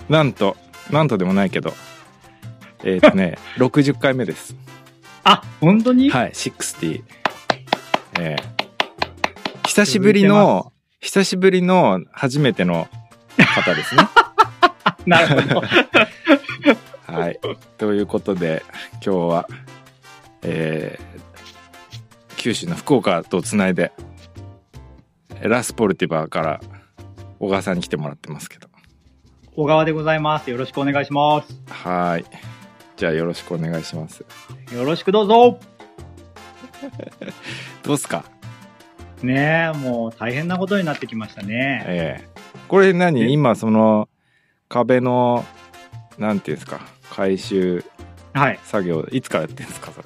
なんとでもないけど、60回目です。 あ、本当に？ はい、60。久しぶりの初めての方ですね。 なるほど。 はい。ということで、今日は、九州の福岡とつないで、ラスポルティバから小川さんに来てもらってますけど。 小川でございます。よろしくお願いします。 はい。じゃあよろしくお願いします。 よろしくどうぞ。 どうすか？ ねえ、もう大変なことになってきましたね。 これ今その壁のなんていうんですか、改修作業、いつからやってんですかそれ？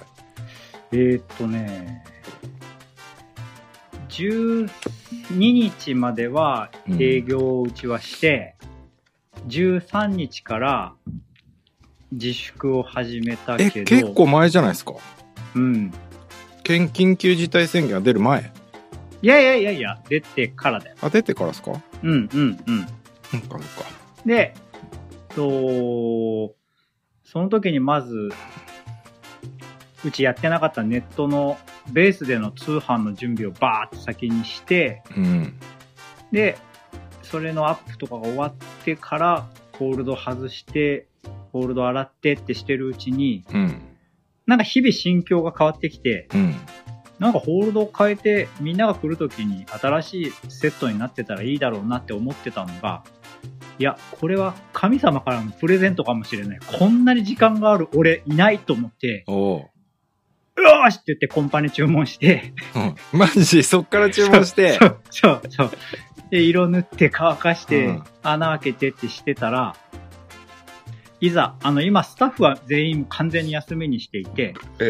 12日までは営業うちはして、13日から自粛を始めたけど。 結構前じゃないですか。 うん。 緊急事態宣言が出る前？ いや、出てからだよ。 あ、出てからですか？ うん。 そっか。 で、その時にまず、うちやってなかったネットのベースでの通販の準備をバーッと先にして、で、それのアップとかが終わってから、ホールド外して、ホールド洗ってってしてるうちに、なんか日々心境が変わってきて、なんかホールドを変えてみんなが来るときに新しいセットになってたらいいだろうなって思ってたのが、いや、これは神様からのプレゼントかもしれない。こんなに時間がある俺いないと思って、よーしって言ってコンパネ注文して、 マジそっから注文して、 そう。で、色塗って乾かして、穴開けてってしてたら、いざ、今スタッフは全員完全に休みにしていて、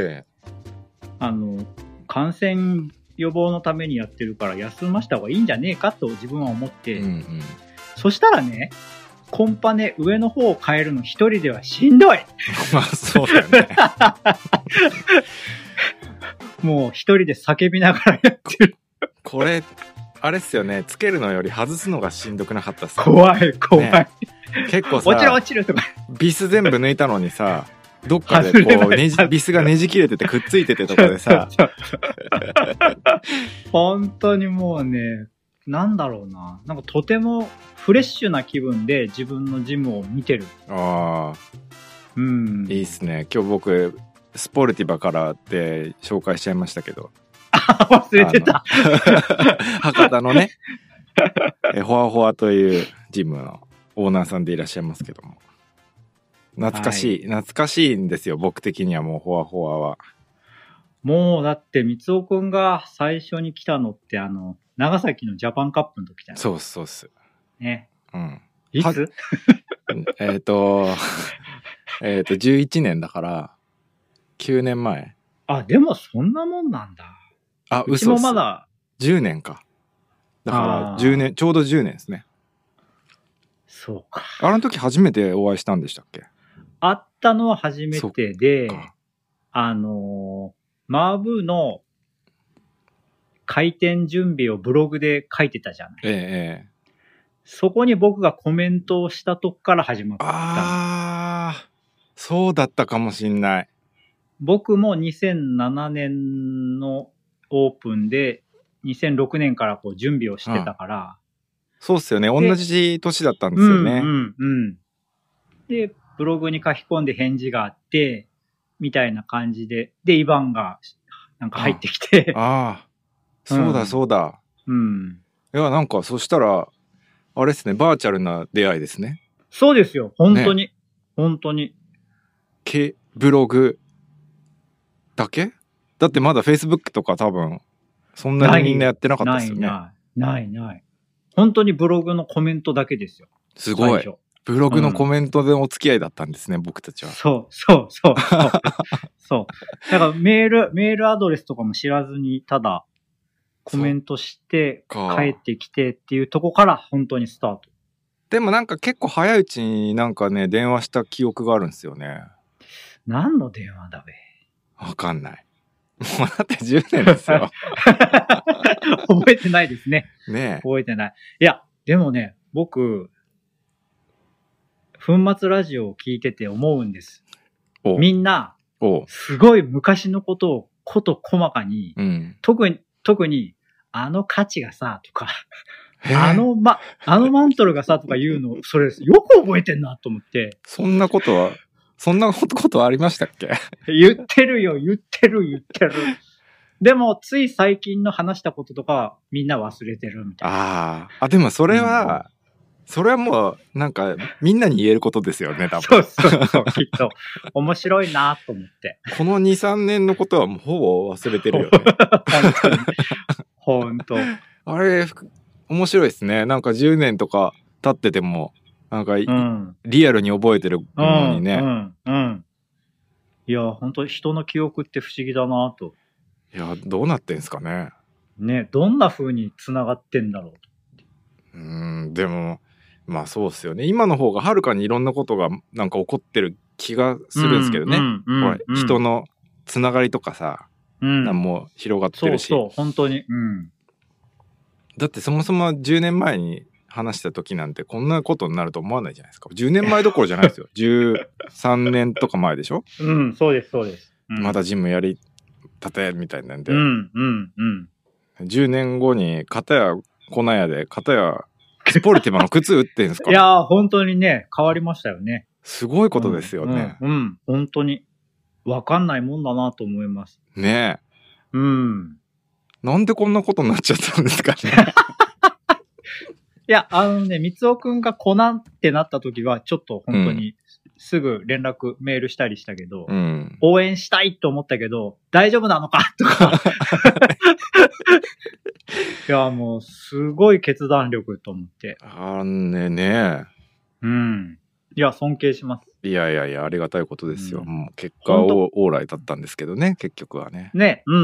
感染予防のためにやってるから休ました方がいいんじゃねえかと自分は思って、そしたらね、コンパネ上の方を変えるの一人ではしんどい。 まあそうだよね。 もう一人で叫びながらやってる。 これあれっすよね、つけるのより外すのがしんどくなかったっすか？ 怖い、ね、 結構さ、 落ちるとかビス全部抜いたのにさ、どっかでこうビスがねじ切れててくっついててとかでさ本当にもうね、なんだろうな、なんかとてもフレッシュな気分で自分のジムを見てる。いいっすね。今日僕スポルティバからって紹介しちゃいましたけど、 忘れてた。 博多のねホワホワというジムのオーナーさんでいらっしゃいますけども、懐かしいんですよ、僕的には。もうホワホワはもうだって三尾くんが最初に来たのって長崎のジャパンカップの時じゃない？ そうっすね。いつ 11年だから9年前。 あ、でもそんなもんなんだ。 あ、 うちもまだ 10年か。だから10年、ちょうど10年ですね。 そうか。 あの時初めてお会いしたんでしたっけ？ 会ったのは初めてで、マーブーの開店準備をブログで書いてたじゃない。そこに僕がコメントをしたとこから始まった。 そうだったかもしんない。 僕も2007年のオープンで2006年からこう準備をしてたから。 そうっすよね。同じ年だったんですよね。 で、ブログに書き込んで返事があって、みたいな感じで、で、イバンがなんか入ってきて。 そうだ。いや、なんかそしたら、あれですね、バーチャルな出会いですね。 そうですよ、本当に。ね、本当に。 ブログだけ？だってまだ Facebook とか多分、そんなにみんなやってなかったですよね。 ない。本当にブログのコメントだけですよ。 すごい。ブログのコメントでお付き合いだったんですね、僕たちは。 そう。だからメールアドレスとかも知らずに、ただコメントして帰ってきてっていうとこから本当にスタート。 でもなんか結構早いうちになんかね、電話した記憶があるんですよね。 何の電話だべ？ わかんない。もうだって10年ですよ。 覚えてないですね。 ねえ。 覚えてない。いや、でもね、僕、 粉末ラジオを聞いてて思うんです。 おみんな、すごい昔のことをこと細かに、 うん、 特に、あの価値がさ、とか、あのマントルがさ、とか言うの、それよく覚えてんなと思って。 そんなことありましたっけ？ 言ってる。でも、つい最近の話したこととか、みんな忘れてるみたいな。 でもそれはもう、なんか、みんなに言えることですよね、多分。そう、きっと。面白いなと思って。 この2、3年のことはもうほぼ忘れてるよね。 本当。 あれ、面白いですね。なんか10年とか経ってても、なんか、リアルに覚えてるのにね。 いや、本当人の記憶って不思議だなと。 いや、どうなってんすかね。 ね、どんな風に繋がってんだろう。でも、まあそうですよね。今の方がはるかにいろんなことがなんか起こってる気がするんですけどね。人のつながりとかさ、もう広がってるし。 そう、本当に。 だってそもそも10年前に話した時なんてこんなことになると思わないじゃないですか。10年前どころじゃないですよ。13年とか前でしょ？ そうです。 まだジムやりたてみたいなんで。10年後に片や粉屋で片やスポルティマの靴売ってんすか？ いやー、本当にね、変わりましたよね。 すごいことですよね。 本当に。わかんないもんだなと思います。 ねえ。なんでこんなことになっちゃったんですかね。 いや、三尾くんがコナンってなった時は、ちょっと本当に、すぐ連絡、メールしたりしたけど、応援したいと思ったけど、大丈夫なのかとか。いや、もう、すごい決断力と思って。いや、尊敬します。 いや、ありがたいことですよ。もう結果オーライだったんですけどね、結局はね。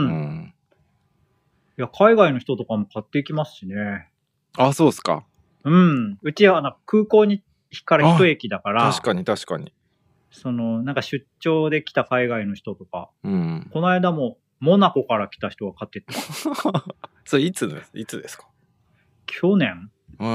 いや、海外の人とかも買っていきますしね。 あ、そうっすか。 うちは空港から一駅だから。 確かに。 なんか出張で来た海外の人とか。この間も、モナコから来た人が買ってった。 それいつですか？ 去年？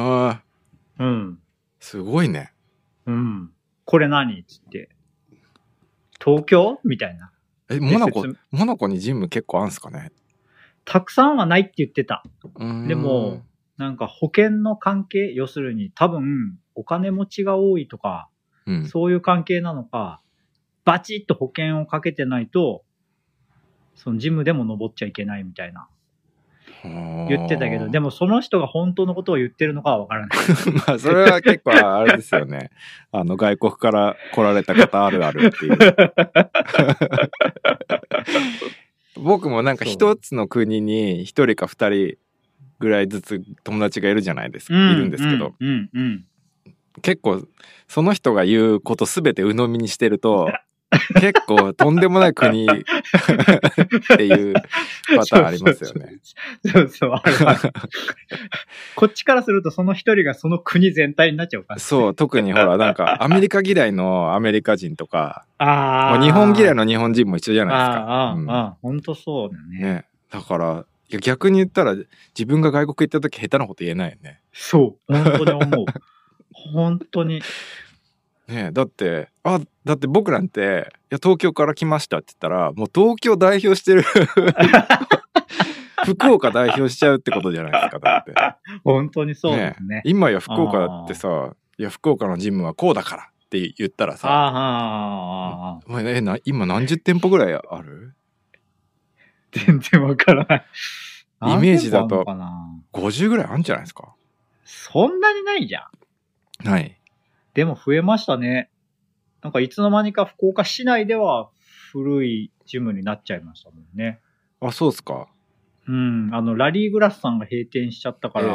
すごいね。 これ何つって。東京みたいな。 モナコにジム結構あんすかね？ たくさんはないって言ってた。でも、なんか保険の関係、要するに多分お金持ちが多いとか、そういう関係なのか、バチッと保険をかけてないと、そのジムでも登っちゃいけないみたいな。言ってたけど、でもその人が本当のことを言ってるのかはわからない。 まあそれは結構あれですよね。外国から来られた方あるあるっていう。僕もなんか一つの国に一人か二人ぐらいずつ友達がいるじゃないですか。いるんですけど。結構その人が言うことすべて鵜呑みにしてると、結構とんでもない国っていうパターンありますよね。 そう、ある。こっちからするとその一人がその国全体になっちゃうから。 そう、特にほら、なんかアメリカ嫌いのアメリカ人とか、日本嫌いの日本人も一緒じゃないですか。 本当そうだね。 だから、逆に言ったら自分が外国行った時下手なこと言えないよね。 そう、本当に思う。本当に。 だって僕なんて、いや、東京から来ましたって言ったら、もう東京代表してる。福岡代表しちゃうってことじゃないですか、だって。 本当にそうですね。 今や福岡だってさ、いや、福岡のジムはこうだからって言ったらさ、今何十店舗ぐらいある？ 全然わからない。 イメージだと50ぐらいあるんじゃないですか？ そんなにないじゃん。 ない。 でも増えましたね。なんかいつの間にか福岡市内では古いジムになっちゃいましたもんね。 あ、そうっすか。 ラリーグラスさんが閉店しちゃったから。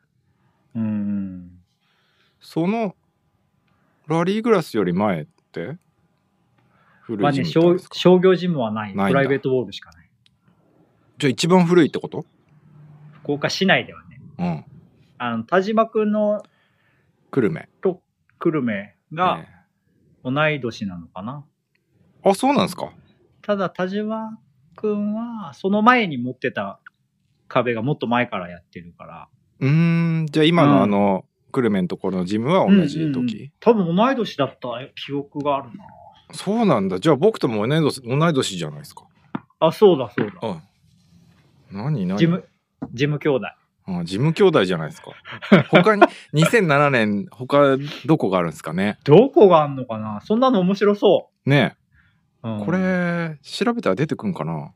その、ラリーグラスより前って古いジムってあるんですか？ 商業ジムはない。プライベートボールしかない。 じゃあ一番古いってこと？ 福岡市内ではね。田島くんの久留米が同い年なのかな。 あ、そうなんですか。 ただ田島くんはその前に持ってた壁がもっと前からやってるから。 じゃあ今の久留米のところのジムは同じ時、 うんうんうん、多分同い年だった記憶があるな。 そうなんだ。じゃあ僕とも同い年じゃないですか。 あ、そうだそうだ。 あ、何ジム兄弟。 あ、ジム兄弟じゃないですか。他に2007年他どこがあるんですかね。 どこがあんのかな。そんなの面白そうねえ、うん、 これ調べたら出てくんかな。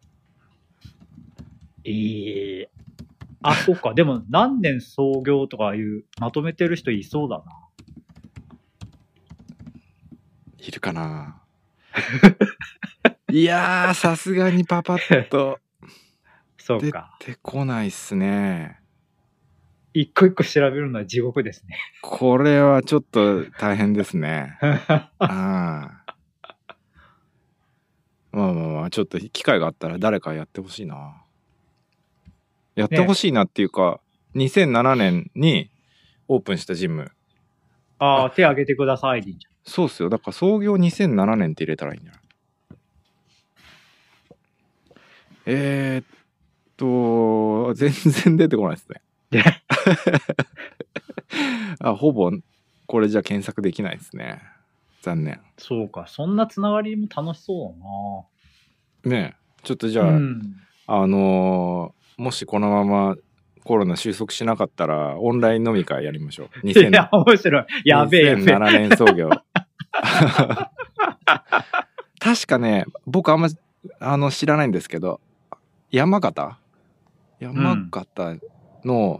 あ、そっか。でも何年創業とかいうまとめてる人いそうだな。 いるかな。いやー、さすがにパパッと出そうか。 てこないっすね。 一個一個調べるのは地獄ですね。 これはちょっと大変ですね。ああ。まあ、ちょっと機会があったら誰かやってほしいな。やってほしいなっていうか、ね、2007年にオープンしたジム。 ああ、手挙げてくださいでいいじゃん。 そうっすよ。だから創業2007年って入れたらいいんじゃない？全然出てこないですね。あ、ほぼこれじゃ検索できないですね。残念。 そうか。そんなつながりも楽しそうだな。 ねえ、ちょっとじゃあ、もしこのままコロナ収束しなかったらオンライン飲み会やりましょう。 いや、面白い。やべえやべえ。 2007年創業。確かね、僕あんま知らないんですけど、山形の、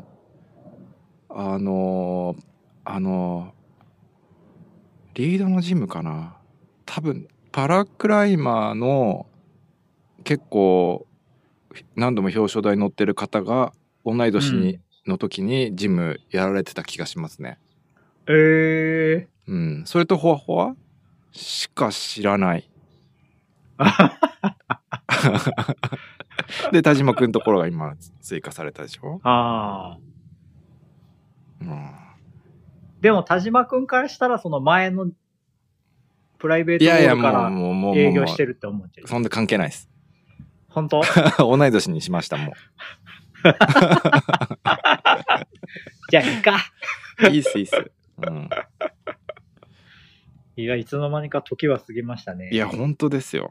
リードのジムかな。多分パラクライマーの結構何度も表彰台に乗ってる方が同い年の時にジムやられてた気がしますね。 うん。 それとほわほわしか知らない。で、田島くんのところが今追加されたでしょ。 ああ。でも田島くんからしたらその前のプライベートボールから営業してるって思ってる。 そんな関係ないです。 本当？ 同い年にしましたもん。 じゃあいいか。 いいっす。 いや、いつの間にか時は過ぎましたね。 いや、本当ですよ。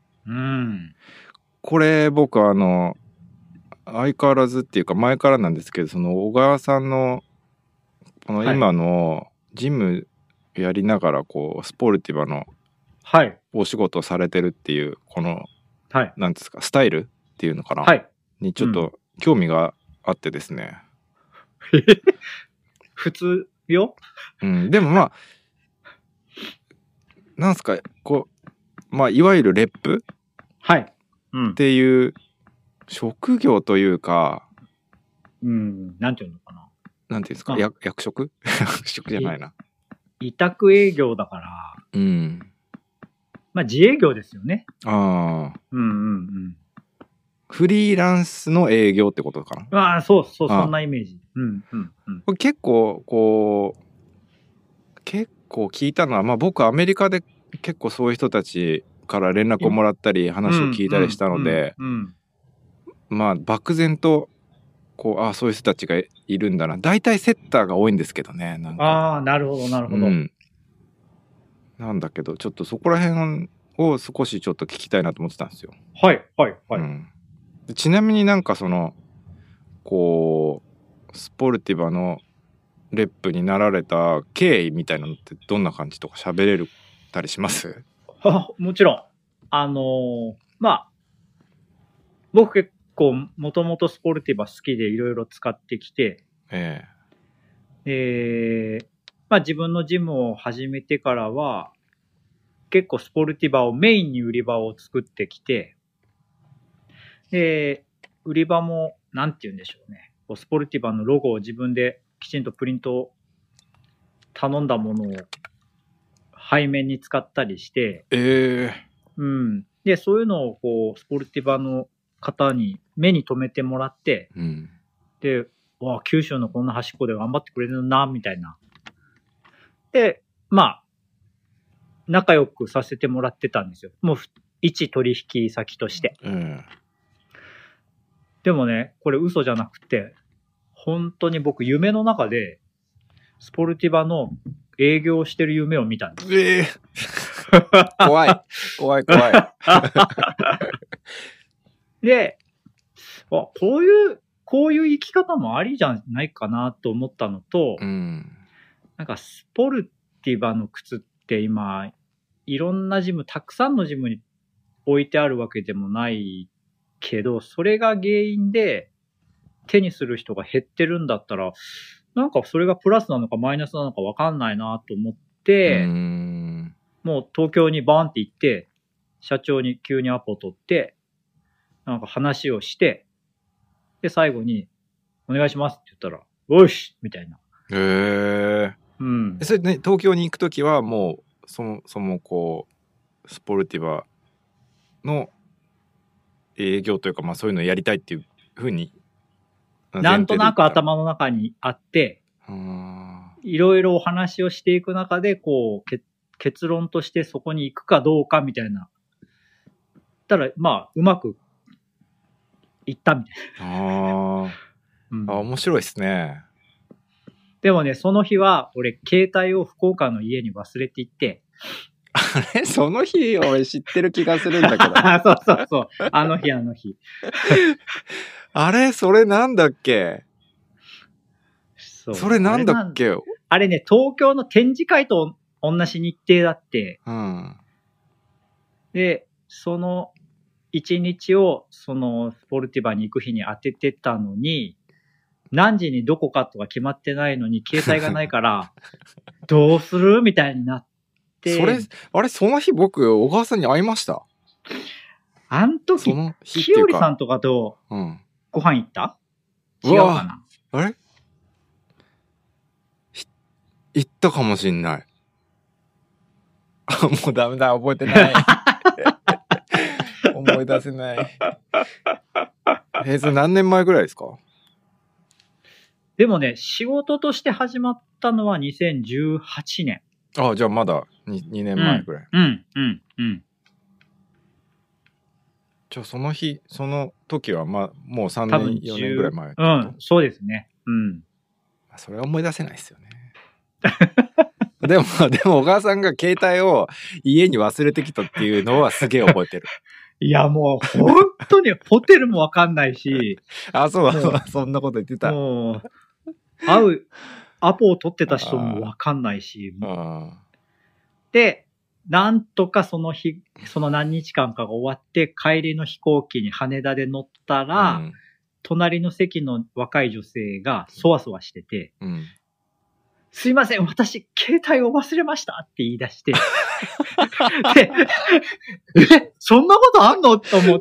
ここれ僕相変わらずっていうか前からなんですけど、その小川さんのこの今のジムやりながらこうスポルティバのお仕事をされてるっていうこのなんですかスタイルっていうのかな、にちょっと興味があってですね。 普通よ。 でもまあなんすかこうまあいわゆるレップっていう職業というか、 なんていうのかな。 なんていうんですか、役職役職じゃないな。 委託営業だから。まあ自営業ですよね。 フリーランスの営業ってことかな。 そう、そんなイメージ。 これ結構聞いたのは、まあ僕アメリカで結構そういう人たちから連絡をもらったり話を聞いたりしたので、まあ漠然とそういう人たちがいるんだな。大体セッターが多いんですけどね。 なるほどなるほど。 なんだけどちょっとそこら辺を少しちょっと聞きたいなと思ってたんですよ。ちなみにそのスポルティバのレップになられた経緯みたいなのってどんな感じとか喋れたりします？ もちろん。まあ僕結構もともとスポルティバ好きでいろいろ使ってきて、まあ自分のジムを始めてからは結構スポルティバをメインに売り場を作ってきて、で売り場もなんて言うんでしょうね、スポルティバのロゴを自分できちんとプリント頼んだものを背面に使ったりして、でそういうのをスポルティバの方に目に留めてもらって、で、九州のこんな端っこで頑張ってくれるなみたいな。で、まあ仲良くさせてもらってたんですよ。もう一取引先として。でもね、これ嘘じゃなくて、本当に僕夢の中でスポルティバの営業してる夢を見たんです。 怖い。怖い怖い。 で、こういう生き方もありじゃないかなと思ったのと、 うん、 なんかスポルティバの靴って今、いろんなジム、たくさんのジムに置いてあるわけでもないけど、それが原因で手にする人が減ってるんだったら、なんかそれがプラスなのかマイナスなのかわかんないなと思って、もう東京にバーンって行って、社長に急にアポ取って、なんか話をして、で、最後に、お願いしますって言ったら、おいしみたいな。うん。 それね、東京に行くときはもう、そもこう、スポルティバの営業というか、まあそういうのをやりたいっていうふうに、 なんとなく頭の中にあって、いろいろお話をしていく中で、こう、結論としてそこに行くかどうかみたいな。ただ、まあ、うまくいったみたいな。 面白いですね。 でもね、その日は、俺、携帯を福岡の家に忘れて行って。 あれその日、俺知ってる気がするんだけど。 そう。あの日。 あれそれなんだっけ？それなんだっけ？ あれね、東京の展示会と同じ日程だって。で、その一日を、そのスポルティバに行く日に当ててたのに、何時にどこかとか決まってないのに、携帯がないから、どうするみたいになって。 その日僕、小川さんに会いました？ あん時、きよりさんとかと、ご飯行った？違うかな？ あれ？行ったかもしんない。もうダメだ、覚えてない。思い出せない。それ何年前ぐらいですか？ でもね、仕事として始まったのは2018年。 ああ、じゃあまだ 2年前ぐらい。じゃあその日、その時はもう3年、4年ぐらい前。 そうですね。 それは思い出せないですよね。でも小川さんが携帯を家に忘れてきたっていうのはすげえ覚えてる。 いや、もう本当にホテルもわかんないし。 そうだ、そんなこと言ってた。 アポを取ってた人もわかんないし。で、なんとかその日、その何日間かが終わって、帰りの飛行機に羽田で乗ったら、隣の席の若い女性がそわそわしてて、すいません、私、携帯を忘れましたって言い出して。で、そんなことあんのと思って、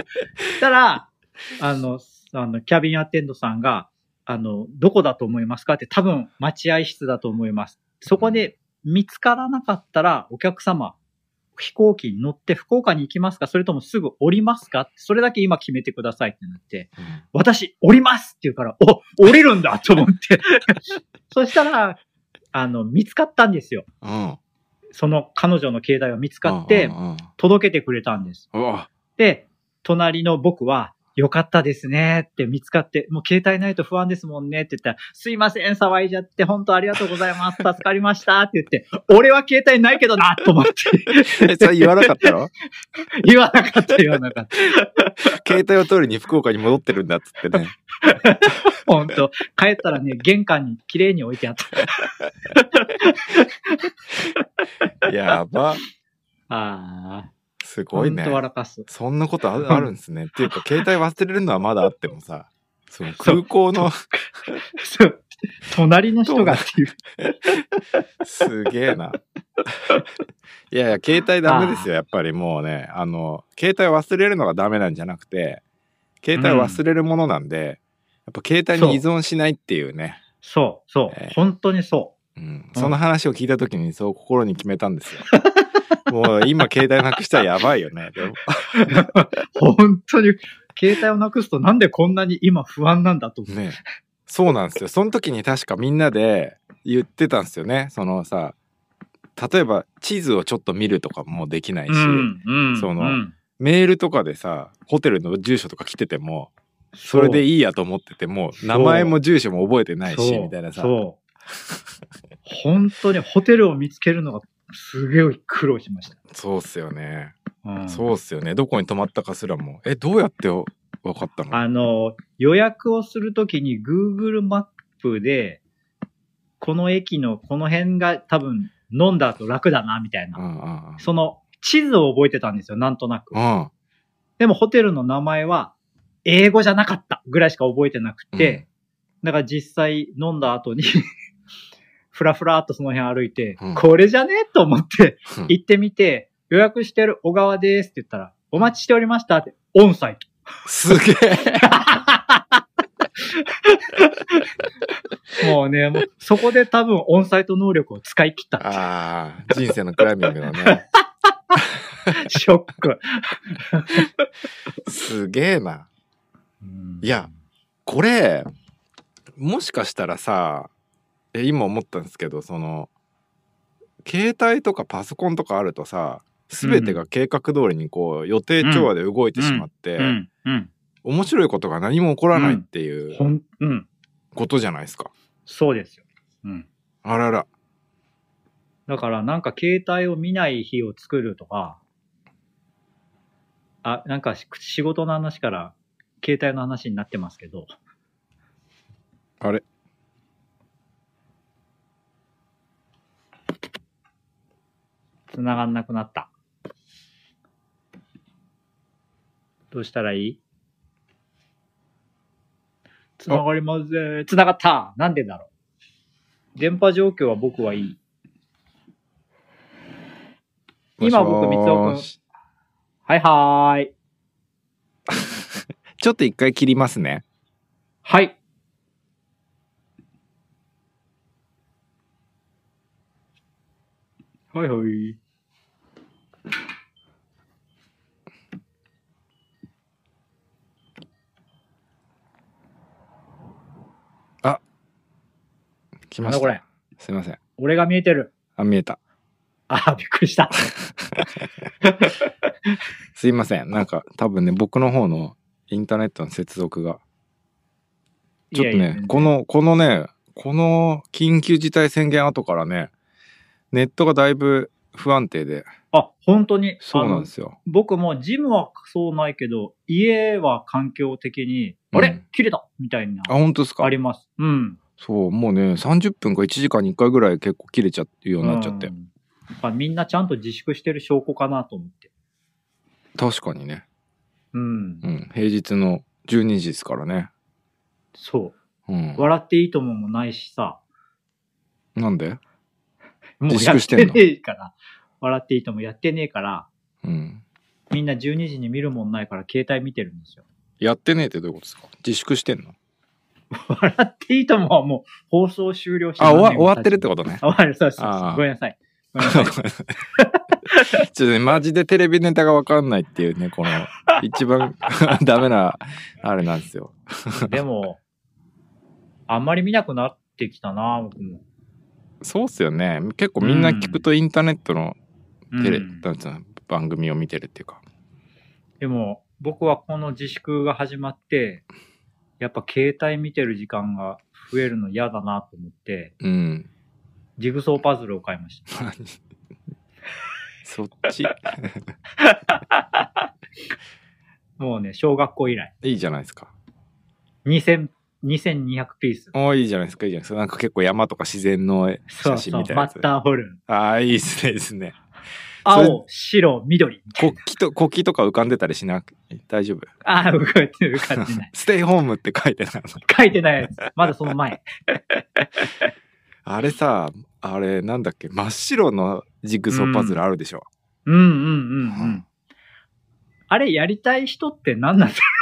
たら、キャビンアテンドさんが、どこだと思いますかって、多分、待合室だと思います。そこで見つからなかったら、お客様、飛行機に乗って福岡に行きますか？それともすぐ降りますか？それだけ今決めてくださいってなって、私、降りますって言うから、降りるんだと思って。そしたら、見つかったんですよ。その彼女の携帯が見つかって、届けてくれたんです。で、隣の僕は、よかったですねって見つかって、もう携帯ないと不安ですもんねって言ったら、すいません、騒いじゃって、本当ありがとうございます。助かりましたって言って、俺は携帯ないけどなと思って。 それ言わなかったの？ 言わなかった。 携帯を取りに福岡に戻ってるんだっつってね。 本当帰ったらね、玄関に綺麗に置いてあった。 やば。すごいね。そんなことあるんですね。っていうか、携帯忘れるのはまだあってもさ、その空港の隣の人がっていう。 すげえな。いや、携帯ダメですよ。やっぱりもうね、携帯忘れるのがダメなんじゃなくて、携帯忘れるものなんで、やっぱ携帯に依存しないっていうね。 そう。本当にそう。 その話を聞いた時にそう心に決めたんですよ。もう今携帯なくしたらやばいよね。でも本当に携帯をなくすとなんでこんなに今不安なんだと思う。 ね。そうなんですよ。その時に確かみんなで言ってたんですよね。そのさ、例えば地図をちょっと見るとかもできないし、メールとかでさ、ホテルの住所とか来てても、それでいいやと思ってても、名前も住所も覚えてないし、みたいなさ、 本当にホテルを見つけるのがすげえ苦労しました。 そうっすよね。 うん、 そうっすよね。どこに泊まったかすらも。どうやって分かったの？ 予約をするときに Google マップで、この駅のこの辺が多分飲んだ後楽だな、みたいな。その地図を覚えてたんですよ、なんとなく。でもホテルの名前は英語じゃなかったぐらいしか覚えてなくて、だから実際飲んだ後にふらふらっとその辺歩いて、これじゃねと思って行ってみて、予約してる小川ですって言ったら、お待ちしておりましたって、オンサイト。 すげえ。 もうね、もうそこで多分オンサイト能力を使い切ったって。 ああ、人生のクライミングのね。 ショック。 すげえな。いや、これ、もしかしたらさ、今思ったんですけど、その、携帯とかパソコンとかあるとさ、すべてが計画通りにこう予定調和で動いてしまって、面白いことが何も起こらないっていうことじゃないですか。 そうですよ。 あらら。 だからなんか携帯を見ない日を作るとか、なんか仕事の話から携帯の話になってますけど。 あれ？ 繋がんなくなった。どうしたらいい？繋がりません。繋がった。なんでだろう。電波状況は僕はいい。今僕、三尾くん。はいはーい。 ちょっと一回切りますね。 はい。はいはい。 来ました。 これ。 すいません。 俺が見えてる。 見えた。 びっくりした。 すいません。なんか多分ね、僕の方のインターネットの接続が。ちょっとね、この緊急事態宣言後からね、ネットがだいぶ不安定で。 本当に。 そうなんですよ。 僕もジムはそうないけど、家は環境的に、あれ切れたみたいな。 本当ですか？ あります。 そう、もうね、30分か1時間に1回ぐらい結構切れちゃうようになっちゃって。 みんなちゃんと自粛してる証拠かなと思って。 確かにね。平日の12時ですからね。 そう。笑っていいとももないしさ。 なんで？ もうやってねえから。笑っていいともやってねえから。みんな12時に見るもんないから携帯見てるんですよ。 やってねえってどういうことですか？自粛してんの？ 笑っていいともはもう放送終了して終わってるってことね。 終わる、そうそう。ごめんなさい。 ちょっとね、マジでテレビネタがわかんないっていうね、この、一番ダメな、あれなんですよ。 でも、あんまり見なくなってきたな、僕も。 そうっすよね。結構みんな聞くとインターネットの番組を見てるっていうか。 でも、僕はこの自粛が始まって、やっぱ携帯見てる時間が増えるの嫌だなと思って、ジグソーパズルを買いました。 そっちもうね、小学校以来。 いいじゃないですか。 2200ピース。 いいじゃないですか、いいじゃないですか。なんか結構山とか自然の写真みたいなやつ。 マッターホルン。 いいですね、いいですね。 青、白、緑。 国旗とか浮かんでたりしなくて大丈夫？ 浮かんでない。 ステイホームって書いてないの？ 書いてないやつ。まだその前。 あれさ、なんだっけ、真っ白のジグソーパズルあるでしょ。 あれやりたい人って何なんだろ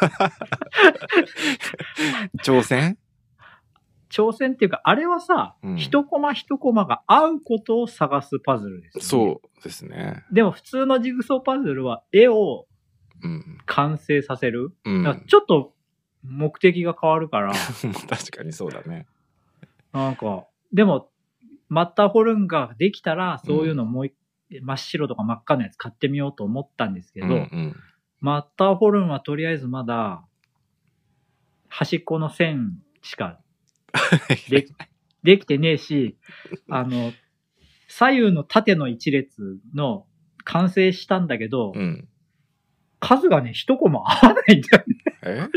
う？挑戦っていうか、あれはさ、一コマ一コマが合うことを探すパズルですよね。 そうですね。 でも普通のジグソーパズルは絵を完成させる。だからちょっと目的が変わるから。 確かにそうだね。 なんか、でも、マッターホルンができたら、そういうのもう真っ白とか真っ赤なやつ買ってみようと思ったんですけど、マッターホルンはとりあえずまだ、端っこの線しかできてねえし、左右の縦の一列の完成したんだけど、 うん。 数がね、一コマ合わないんだよね。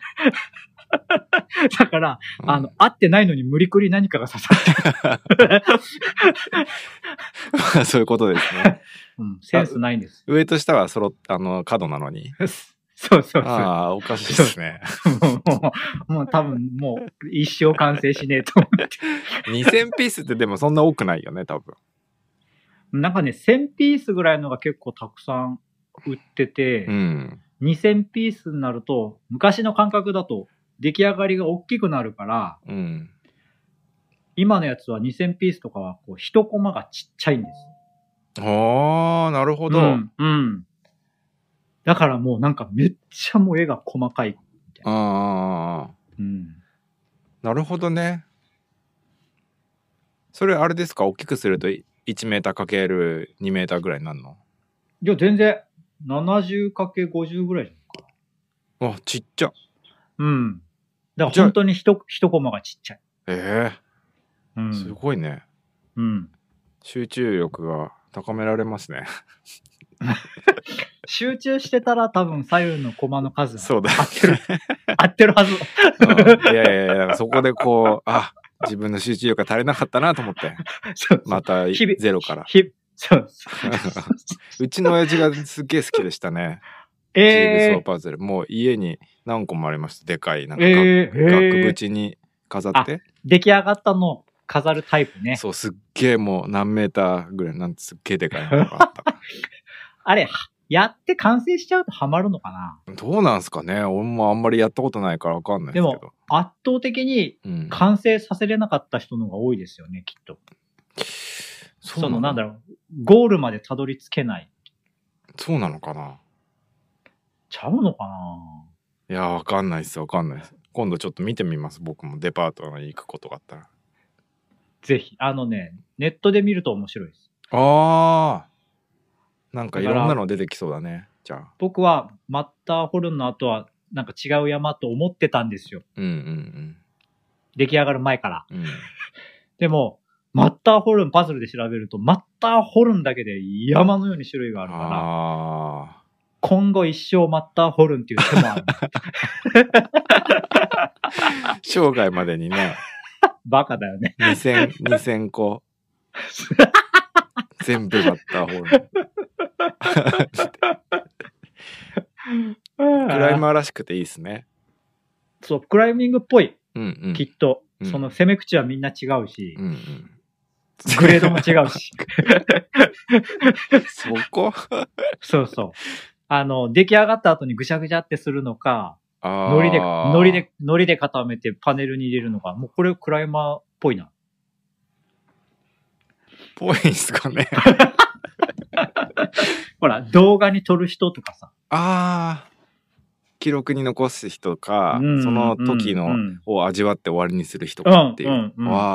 だから、合ってないのに無理くり何かが刺さってる。 まあそういうことですね。 うん、センスないんです。 上と下は角なのに。 そうそうそう。 ああ、おかしいですね。 もう多分もう一生完成しねえと思って。 2000ピースってでもそんな多くないよね、多分。 なんかね、1000ピースぐらいのが結構たくさん売ってて、 うん、 2000ピースになると、昔の感覚だと出来上がりが大きくなるから、 うん、 今のやつは2000ピースとかはこう一コマがちっちゃいんです。 ああ、なるほど。 うん。だからもうなんかめっちゃもう絵が細かいみたいな。 ああ、 うん。 なるほどね。それあれですか、大きくすると1メーターかける2メーターぐらいになるの？ いや、全然 70×50 ぐらいじゃないかな。あ、ちっちゃ。 うん。だから本当に一コマがちっちゃい。うん。 すごいね。 うん。 集中力が高められますね。 集中してたら多分左右のコマの数そうだ。 合ってるはず。 いや、そこでこう、自分の集中力が足りなかったなと思って。またゼロから。 そううちの親父がすっげえ好きでしたね。ジグソーパズル。もう家に何個もありました。でかい。なんか額縁に飾って。 出来上がったのを飾るタイプね。 そう、すっげえもう何メーターぐらい、なんてすっげえでかいのがあった。 あれ、やって完成しちゃうとハマるのかな？ どうなんすかね。俺もあんまりやったことないからわかんないですけど。 でも、圧倒的に完成させれなかった人の方が多いですよね、きっと。なんだろう、ゴールまでたどり着けない。 そうなのかな？ ちゃうのかな？ いや、わかんないっす。今度ちょっと見てみます。僕もデパートに行くことがあったら。 ぜひ、ネットで見ると面白いです。 なんかいろんなの出てきそうだね。じゃあ。 僕はマッターホルンの後はなんか違う山と思ってたんですよ。出来上がる前から。でも、マッターホルンパズルで調べると、マッターホルンだけで山のように種類があるから、今後一生マッターホルンっていう手もある。 生涯までにね。 バカだよね。 2000個。全部マッターホルン。クライマーらしくていいですね。 そう、クライミングっぽい。きっと。その攻め口はみんな違うし。グレードも違うし。 そこそう。出来上がった後にぐしゃぐしゃってするのか、海苔で固めてパネルに入れるのか、もうこれクライマーっぽいな。 ぽいんすかね。 ほら、動画に撮る人とかさ。 記録に残す人か、その時のを味わって終わりにする人かっていう。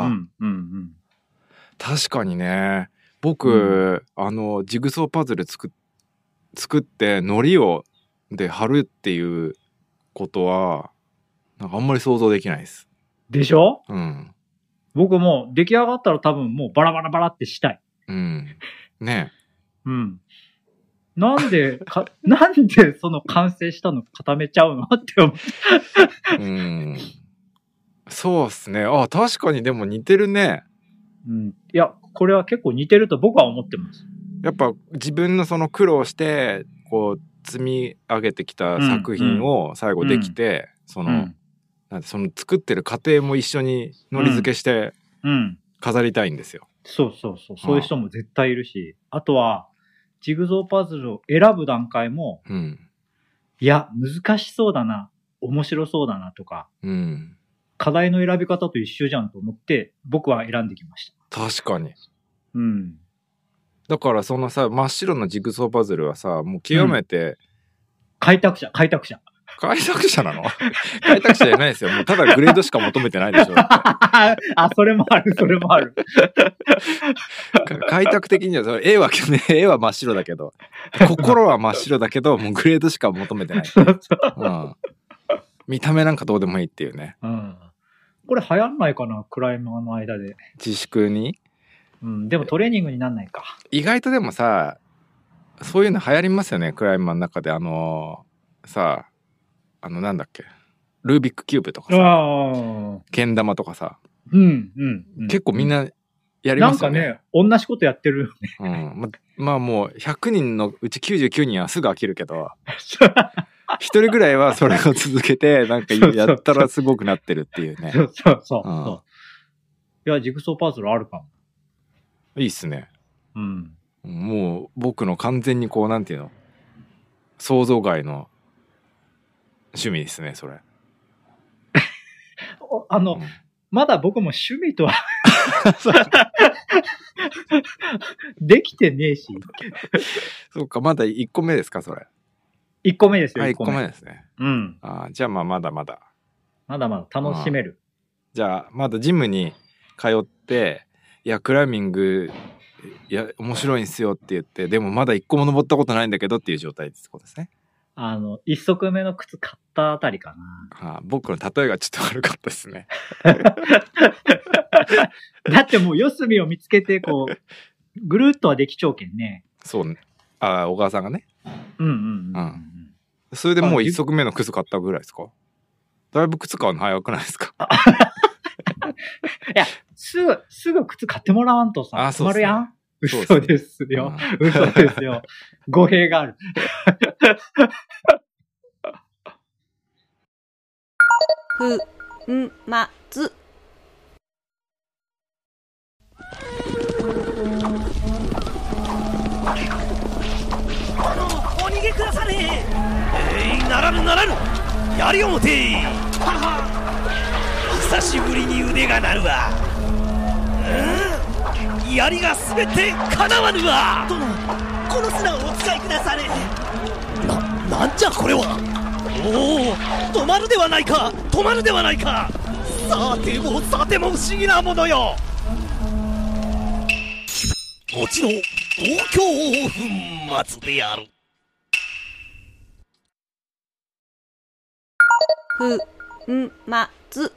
確かにね。僕、ジグソーパズル作って海苔で貼るっていうことはなんかあんまり想像できないです。 でしょ？ 僕も出来上がったら多分もうバラバラバラってしたい。 ねえ。なんでその完成したの固めちゃうのって思って。そうっすね。確かにでも似てるね。 いや、これは結構似てると僕は思ってます。 やっぱ自分のその苦労してこう積み上げてきた作品を最後できて、その作ってる過程も一緒にのり付けして飾りたいんですよ。そういう人も絶対いるし、あとはジグゾーパズルを選ぶ段階も、いや難しそうだな、面白そうだなとか、課題の選び方と一緒じゃんと思って僕は選んできました。確かに。だからそのさ、真っ白のジグソーパズルはさ、もう極めて、 開拓者なの？開拓者じゃないですよ。もうただグレードしか求めてないでしょ。 それもある。 開拓的にはそれ絵は真っ白だけど、心は真っ白だけど、もうグレードしか求めてない。見た目なんかどうでもいいっていうね。 これ流行んないかな、クライマーの間で。 自粛に。 うん、でもトレーニングになんないか。 意外とでもさ、そういうの流行りますよね、クライマーの中で。さ、なんだっけ、ルービックキューブとかさ、けん玉とかさ、 うんうん、 結構みんなやりますよね。 なんかね、同じことやってるよね。まあもう100人のうち99人はすぐ飽きるけど、一人ぐらいはそれを続けて、なんかやったらすごくなってるっていうね。 そう。いや、ジグソーパズルあるかも。 いいっすね。 うん。 もう僕の完全にこう、なんていうの、想像外の趣味ですね、それ。 まだ僕も趣味とはできてねえし。 そうか、まだ1個目ですか、それ。 1個目ですよ、 1個目ですね。 うん。 じゃあまだまだ。 まだまだ楽しめる。 じゃあ、まだジムに通って、いや、クライミング、いや、面白いんすよって言って、でもまだ1個も登ったことないんだけどっていう状態ってことですね。 1足目の靴買ったあたりかな。 僕の例えがちょっと悪かったですね。 だってもう四隅を見つけて、こう、ぐるっとはできちゃうけんね。 そう。小川さんがね。 うん。 それでもう1足目の靴買ったぐらいですか？だいぶ靴買うの早くないですか？ いや、すぐ靴買ってもらわんとさ、止まるやん。嘘ですよ。嘘ですよ。語弊がある。 まつ。 お逃げくだされ。ならぬならぬ、槍を持て。久しぶりに腕が鳴るわ。槍がすべてかなわぬわ。殿、この砂をお使いくだされ。なんじゃこれは。おお、止まるではないか、止まるではないか。さても不思議なものよ。こちの東京粉末である。 まつ。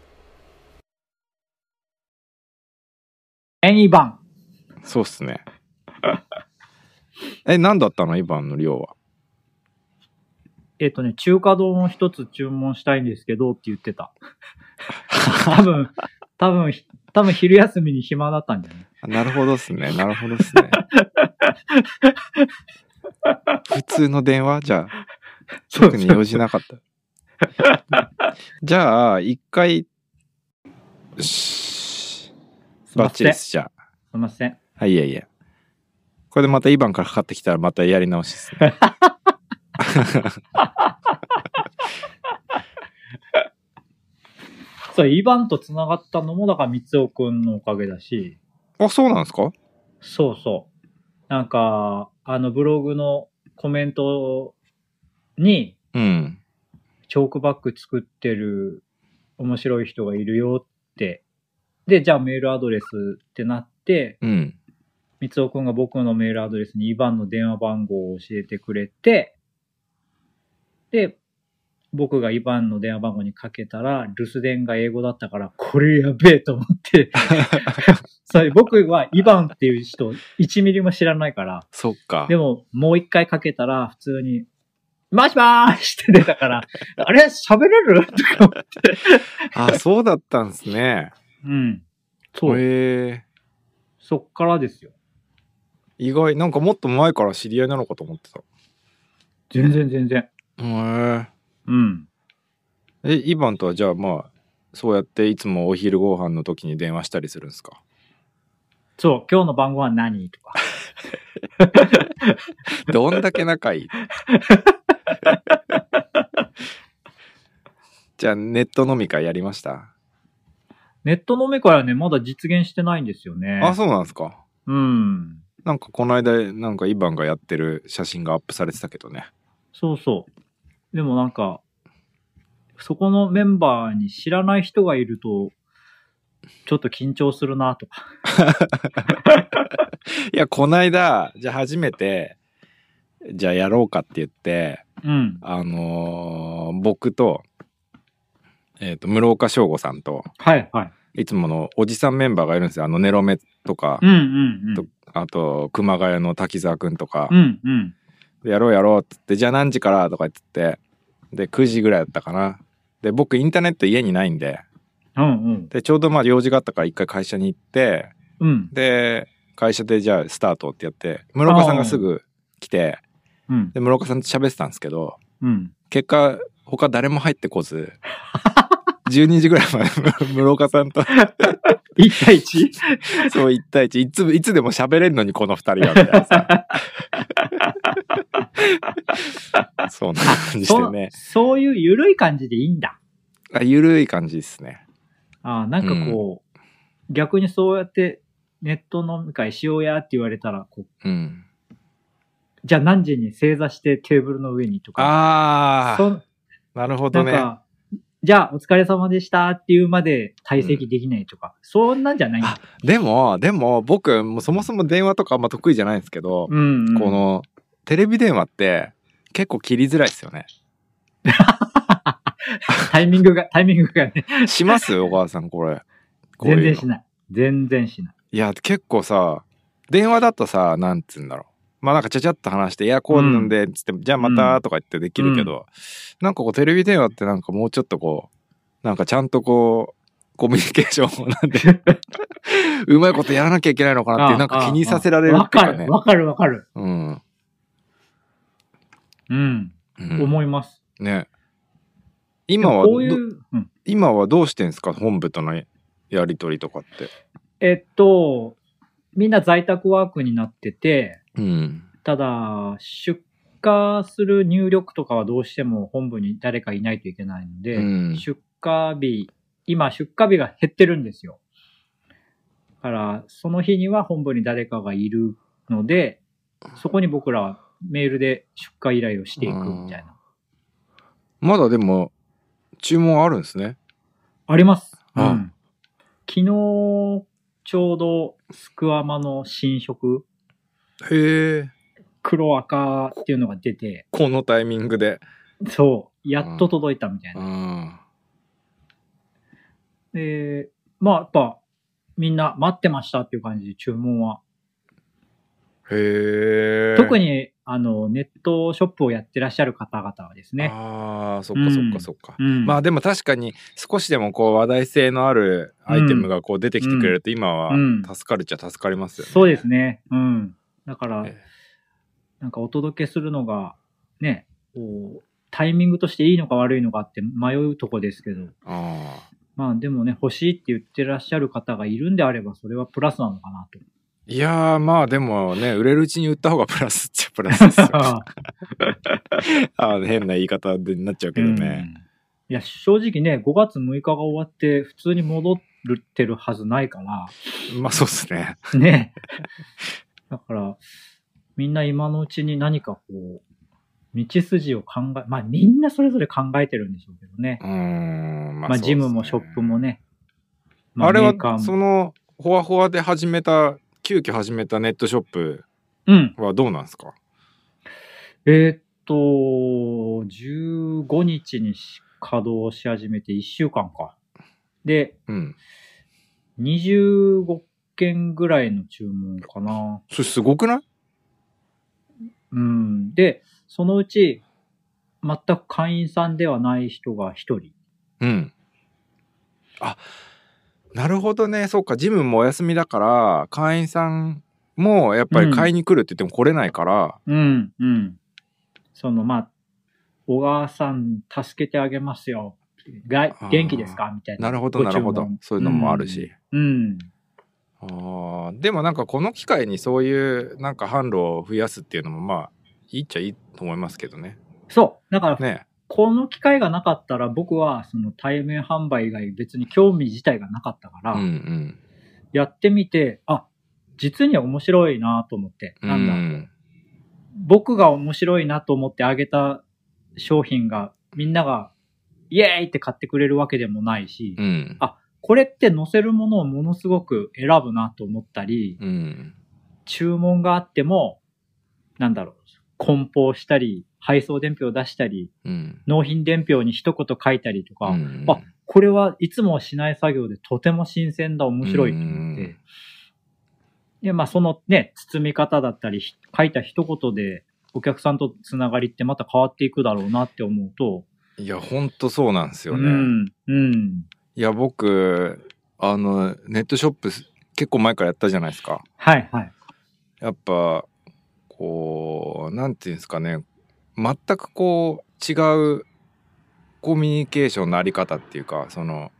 2番。 そうっすね。何だったの？2番の量は。 中華丼を一つ注文したいんですけどって言ってた。多分昼休みに暇だったんじゃない？ なるほどっすね。なるほどっすね。普通の電話？じゃあ、特に用事なかった。じゃあ、一回、バッチリです、じゃあ。 すいません。 はい、いやいや。これでまた2番からかかってきたらまたやり直しですね。 そう、2番と繋がったのも、だから三尾くんのおかげだし。 あ、そうなんですか？ そうそう。なんか、ブログのコメントに、 うん。 チョークバッグ作ってる面白い人がいるよって。で、じゃあメールアドレスってなって、 うん。 三尾くんが僕のメールアドレスに2番の電話番号を教えてくれて、で、僕が2番の電話番号にかけたら、留守電が英語だったから、これやべえと思って、それ僕は2番っていう人1ミリも知らないから、 そっか。 でももう一回かけたら普通に、もしもーしって出たから、あれ喋れるとか思って。 あ、そうだったんですね。 うん。そう。そっからですよ。 意外、なんかもっと前から知り合いなのかと思ってた。 全然。うん。 イバンとはじゃあまあ、そうやっていつもお昼ご飯の時に電話したりするんですか？ そう、今日の晩ご飯何とか。 どんだけ仲いいじゃあネット飲み会やりました？ ネット飲み会はね、まだ実現してないんですよね。 あ、そうなんですか。 うん。 なんかこの間、なんかイバンがやってる写真がアップされてたけどね。 そうそう。でもなんか、そこのメンバーに知らない人がいると、ちょっと緊張するなとか。 いや、この間、じゃあ初めて、じゃあやろうかって言って、 うん。 僕と、 室岡翔吾さんと、 はいはい。 いつものおじさんメンバーがいるんですよ。ネロメとか、 うんうんうん。 あと、熊谷の滝沢くんとか、 うんうん。 やろうやろうって言って、じゃあ何時からとか言って、で、9時ぐらいだったかな。で、僕インターネット家にないんで、 うんうん。 で、ちょうどまあ用事があったから一回会社に行って、 うん。 で、会社でじゃあスタートってやって、室岡さんがすぐ来て、 うん。 で、室岡さんと喋ってたんですけど、 うん。 結果、他誰も入ってこず、12時ぐらいまで室岡さんと 1対 1? そう1対1、いつでも喋れるのにこの2人はみたいなさ。そんな感じしてね。 そういう緩い感じでいいんだ。 ゆるい感じですね。 なんかこう、逆にそうやってネット飲み会しようやって言われたら、こう、じゃあ何時に正座してテーブルの上にとか。 ああ。なるほどね。 なんか、じゃあお疲れ様でしたっていうまで退席できないとか、そんなんじゃないんだ。 でも僕もそもそも電話とかあんま得意じゃないんですけど、このテレビ電話って結構切りづらいですよね。 タイミングがね。 します小川さんこれ。 全然しない。全然しない。 いや結構さ、電話だとさ、なんつうんだろう。まあなんかちゃちゃっと話して、いやこうなんでつって、じゃあまたとか言ってできるけど、なんかこうテレビ電話ってなんかもうちょっとこうなんかちゃんとこうコミュニケーションをなんでうまいことやらなきゃいけないのかなってなんか気にさせられるっていうかね。 わかる。思います。 ね。今はどうしてんすか、本部とのやり取りとかって。 みんな在宅ワークになってて、ただ、出荷する入力とかはどうしても本部に誰かいないといけないので、今出荷日が減ってるんですよ。だから、その日には本部に誰かがいるので、そこに僕らはメールで出荷依頼をしていくみたいな。 まだでも、注文あるんですね。 あります。昨日、ちょうどスクワマの新色。黒赤っていうのが出て。 このタイミングで。 そう。やっと届いたみたいな。で、まあやっぱみんな待ってましたっていう感じで注文は。特にネットショップをやってらっしゃる方々はですね。 そっか。まあでも確かに少しでもこう話題性のあるアイテムがこう出てきてくれると今は助かるっちゃ助かりますよね。 そうですね。だから、なんかお届けするのがね、タイミングとしていいのか悪いのかって迷うとこですけど。まあでもね、欲しいって言ってらっしゃる方がいるんであればそれはプラスなのかなと。 いやーまあでもね、売れるうちに売った方がプラスっちゃプラスですよ。変な言い方になっちゃうけどね。 いや正直ね、5月6日が終わって普通に戻ってるはずないから。 まあそうっすね。 ね。だからみんな今のうちに何かこう道筋をまあみんなそれぞれ考えてるんでしょうけどね。まあジムもショップもね。 あれはそのホワホワで急遽始めたネットショップはどうなんですか ？15日に稼働し始めて1週間か。で、25件ぐらいの注文かな。 それすごくない？ で、そのうち全く会員さんではない人が1人。 なるほどね。そうか、ジムもお休みだから会員さんもやっぱり買いに来るって言っても来れないから、 まあ小川さん助けてあげますよ、元気ですかみたいな。 なるほどそういうのもあるし、でもなんかこの機会にそういうなんか販路を増やすっていうのもまあいいっちゃいいと思いますけどね。 そうだからね、この機会がなかったら僕はその対面販売以外別に興味自体がなかったから、やってみて実に面白いなと思って、僕が面白いなと思ってあげた商品がみんながイエーイって買ってくれるわけでもないし、これって載せるものをものすごく選ぶなと思ったり、注文があっても梱包したり配送伝票を出したり、納品伝票に一言書いたりとか、 これはいつもしない作業でとても新鮮だ、面白いと思って。で、まあそのね、包み方だったり、書いた一言でお客さんとつながりってまた変わっていくだろうなって思うと。 いや、ほんとそうなんですよね。いや、僕、ネットショップ結構前からやったじゃないですか。 はいはい。 やっぱ、こう、なんていうんですかね、全くこう、違うコミュニケーションのあり方っていうか、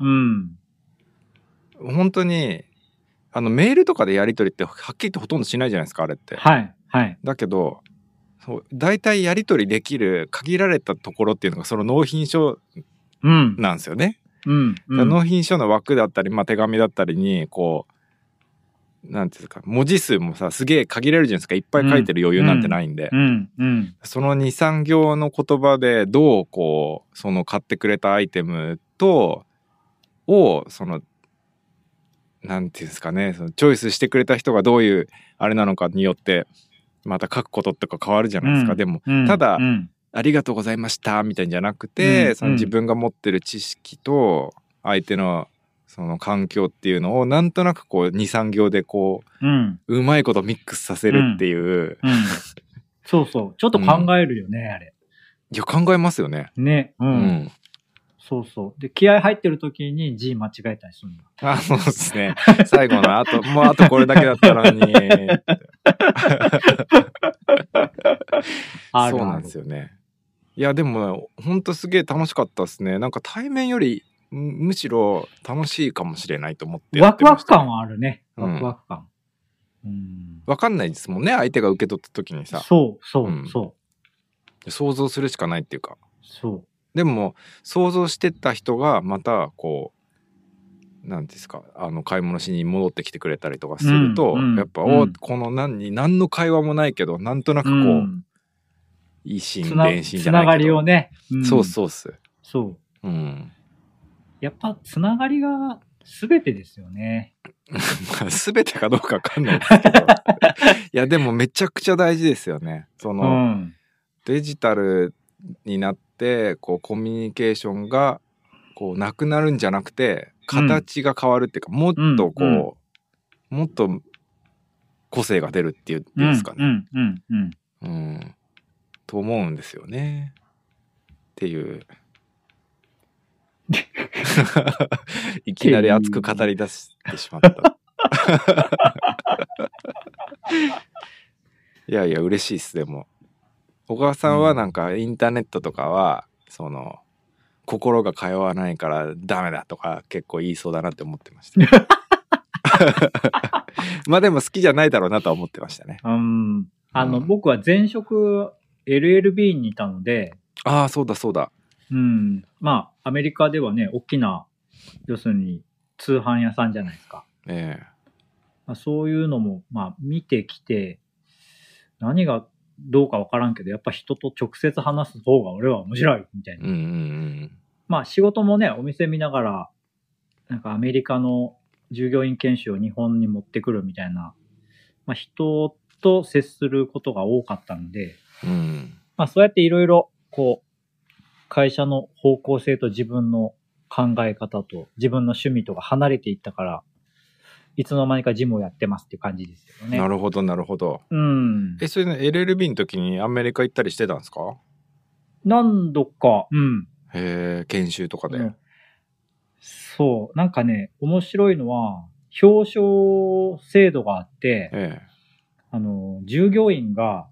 本当に、メールとかでやり取りってはっきり言ってほとんどしないじゃないですか、あれって。 はいはい。 だけど、大体やり取りできる限られたところっていうのがその納品書なんですよね。納品書の枠だったり、まあ、手紙だったりにこうなんていうか文字数もさすげえ限られるじゃないですか。いっぱい書いてる余裕なんてないんで、その 2,3 行の言葉でどうこうその買ってくれたアイテムとをそのなんていうんですかね、そのチョイスしてくれた人がどういうあれなのかによってまた書くこととか変わるじゃないですか。でもただ、ありがとうございましたみたいんじゃなくて、その自分が持ってる知識と相手のその環境っていうのをなんとなくこう 2,3 行でこう、うまいことミックスさせるっていう、 そうそうちょっと考えるよね、あれ。 いや考えますよね。 ね、そうそう。で、気合入ってる時に字間違えたりするの。 そうですね。最後のもうあとこれだけだったのに。そうなんですよね。いや、でも、ほんとすげえ楽しかったですね。なんか対面より、むしろ楽しいかもしれないと思ってやってました、 ワクワク感はあるね。ワクワク感。 わかんないですもんね、相手が受け取った時にさ。 そう。 想像するしかないっていうか。 そう。 でも想像してた人がまたこうなんですか買い物しに戻ってきてくれたりとかすると、やっぱこの何の会話もないけどなんとなくこう、いいシーン電信じゃないけどつながりをね、 そうっすそう、やっぱつながりが全てですよね。 全てかどうかわかんないですけどいやでもめちゃくちゃ大事ですよね。その、デジタルになってこうコミュニケーションがこうなくなるんじゃなくて形が変わるっていうか、もっとこう、もっと個性が出るっていうんですかね。と思うんですよね。っていういきなり熱く語り出してしまった。いやいや嬉しいっす。でも小川さんはなんかインターネットとかはその心が通わないからダメだとか結構言いそうだなって思ってましたまあでも好きじゃないだろうなとは思ってましたね。 僕は前職 LLB にいたので、 そうだ、 まあアメリカではね大きな要するに通販屋さんじゃないですか。まあ、そういうのもまあ見てきて何がどうかわからんけどやっぱ人と直接話す方が俺は面白いみたいな。まあ仕事もねお店見ながらなんかアメリカの従業員研修を日本に持ってくるみたいな、まあ、人と接することが多かったので、まあそうやっていろいろこう会社の方向性と自分の考え方と自分の趣味とか離れていったからいつの間にかジムをやってますっていう感じですよね。 なるほど。それね LLB の時にアメリカ行ったりしてたんですか？ 何度か。 研修とかで。 そう。なんかね、面白いのは、表彰制度があって、従業員が、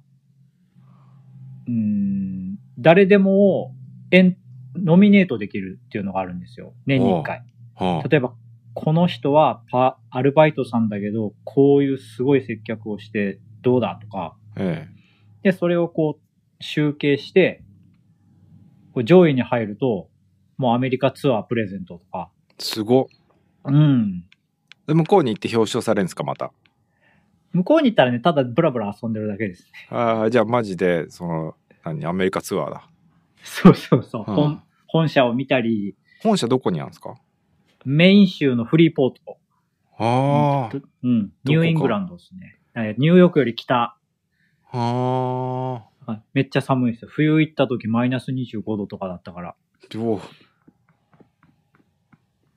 誰でもノミネートできるっていうのがあるんですよ。年に1回。例えば、この人はアルバイトさんだけど、こういうすごい接客をしてどうだとか、で、それをこう集計して、上位に入ると、もうアメリカツアープレゼントとか。 すごっ。で、向こうに行って表彰されるんですか、また。 向こうに行ったらね、ただブラブラ遊んでるだけですね。じゃあマジで、アメリカツアーだ。 そう。本社を見たり。 本社どこにあるんですか？ メイン州のフリーポート。ニューイングランドですね。ニューヨークより北。めっちゃ寒いですよ。冬行った時マイナス25度とかだったから。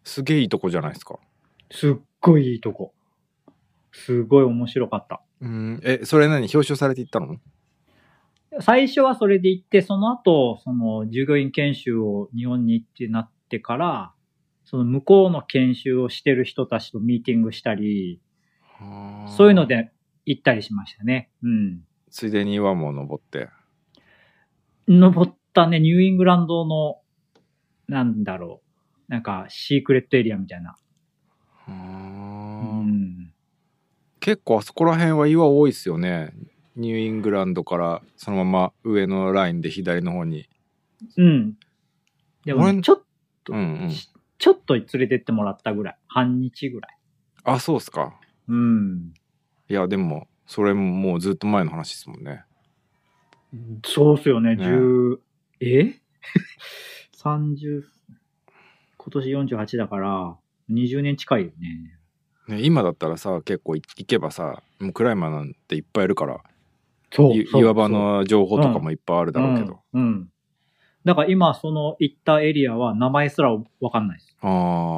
すげえいいとこじゃないですか。 すっごいいいとこ。すごい面白かった。 それ何表彰されていったの？ 最初はそれで行って、その後、その従業員研修を日本に行ってなってから、その向こうの研修をしてる人たちとミーティングしたり、そういうので行ったりしましたね。うん。 ついでに岩も登って。 登ったね、ニューイングランドの、なんだろう。なんか、シークレットエリアみたいな。 結構あそこら辺は岩多いですよね。ニューイングランドからそのまま上のラインで左の方に。 うん。でもね、ちょっと連れてってもらったぐらい。半日ぐらい。 あ、そうっすか。 うん。 いや、でも、それももうずっと前の話ですもんね。 そうっすよね。30、今年48だから、20年近いよね。 今だったらさ、結構行けばさ、もうクライマーなんていっぱいいるから、岩場の情報とかもいっぱいあるだろうけど。 だから今、その行ったエリアは名前すらわかんないです。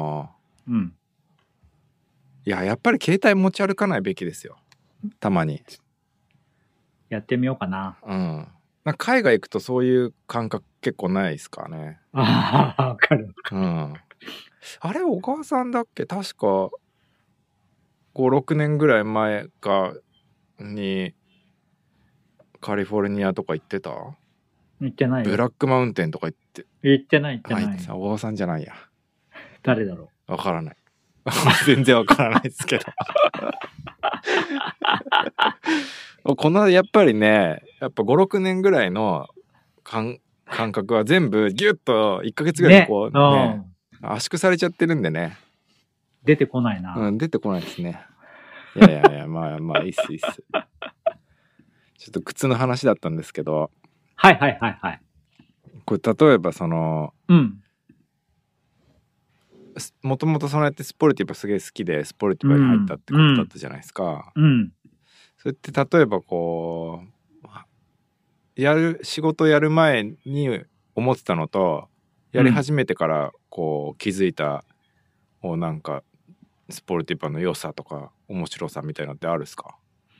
いや、やっぱり携帯持ち歩かないべきですよ。たまに。 やってみようかな。 なんか海外行くとそういう感覚結構ないですかね。 わかる。 あれ、小川さんだっけ？確か、5、6年ぐらい前かに、カリフォルニアとか行ってた？ 行ってないよ。 ブラックマウンテンとか行って。 行ってない。 小川さんじゃないや。 誰だろう？わからない。全然わからないですけど。このやっぱりね、やっぱ5、6年ぐらいの感覚は全部ギュッと1ヶ月ぐらいこうね、圧縮されちゃってるんでね。 出てこないな。 出てこないですね。いや、まあ、いいっす。ちょっと靴の話だったんですけど。 はい。 これ例えばその、もともとそうやってスポルティバすげえ好きでスポルティバに入ったってことだったじゃないですか。それって例えばこう仕事やる前に思ってたのとやり始めてからこう気づいたなんかスポルティバの良さとか面白さみたいなのってあるんですか？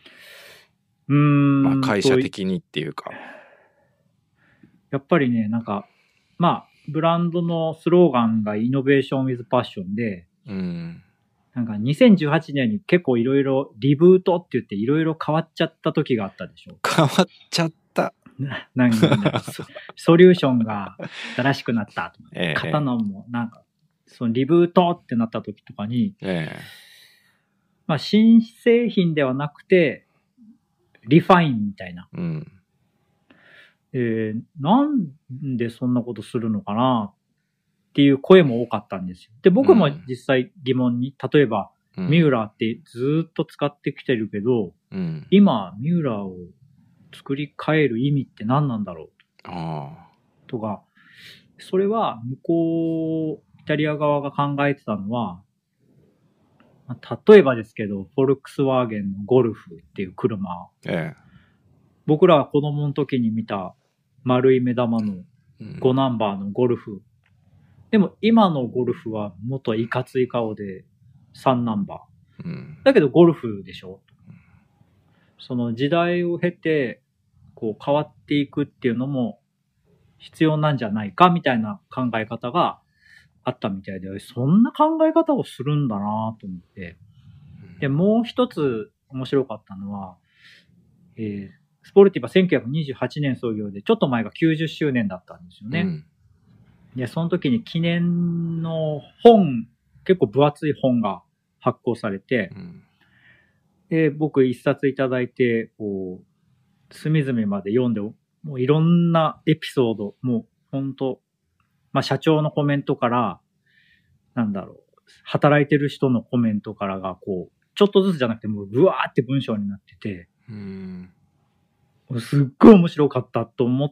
まあ会社的にっていうか。 やっぱりね、なんかまあブランドのスローガンがイノベーション with passion で、なんか2018年に結構いろいろリブートって言っていろいろ変わっちゃった時があったでしょ。 変わっちゃった。 なんかソリューションが新しくなったとか、刀もなんかそのリブートってなった時とかに、まあ新製品ではなくてリファインみたいな。なんでそんなことするのかなっていう声も多かったんですよ。で、僕も実際疑問に、例えば、ミューラーってずっと使ってきてるけど、今、ミューラーを作り変える意味って何なんだろうとか、それは向こう、イタリア側が考えてたのは、例えばですけど、フォルクスワーゲンのゴルフっていう車、僕らは子供の時に見た丸い目玉の5ナンバーのゴルフ。でも今のゴルフはもっといかつい顔で3ナンバー。だけどゴルフでしょ。その時代を経てこう変わっていくっていうのも必要なんじゃないかみたいな考え方があったみたいで、そんな考え方をするんだなと思って。で、もう一つ面白かったのは、スポルティバ1928年創業で、ちょっと前が90周年だったんですよね。で、その時に記念の本、結構分厚い本が発行されて、で、僕一冊いただいて、こう、隅々まで読んで、もういろんなエピソード、もう本当、まあ社長のコメントから、なんだろう、働いてる人のコメントからが、こう、ちょっとずつじゃなくて、もうブワーって文章になってて、すっごい面白かったと思って、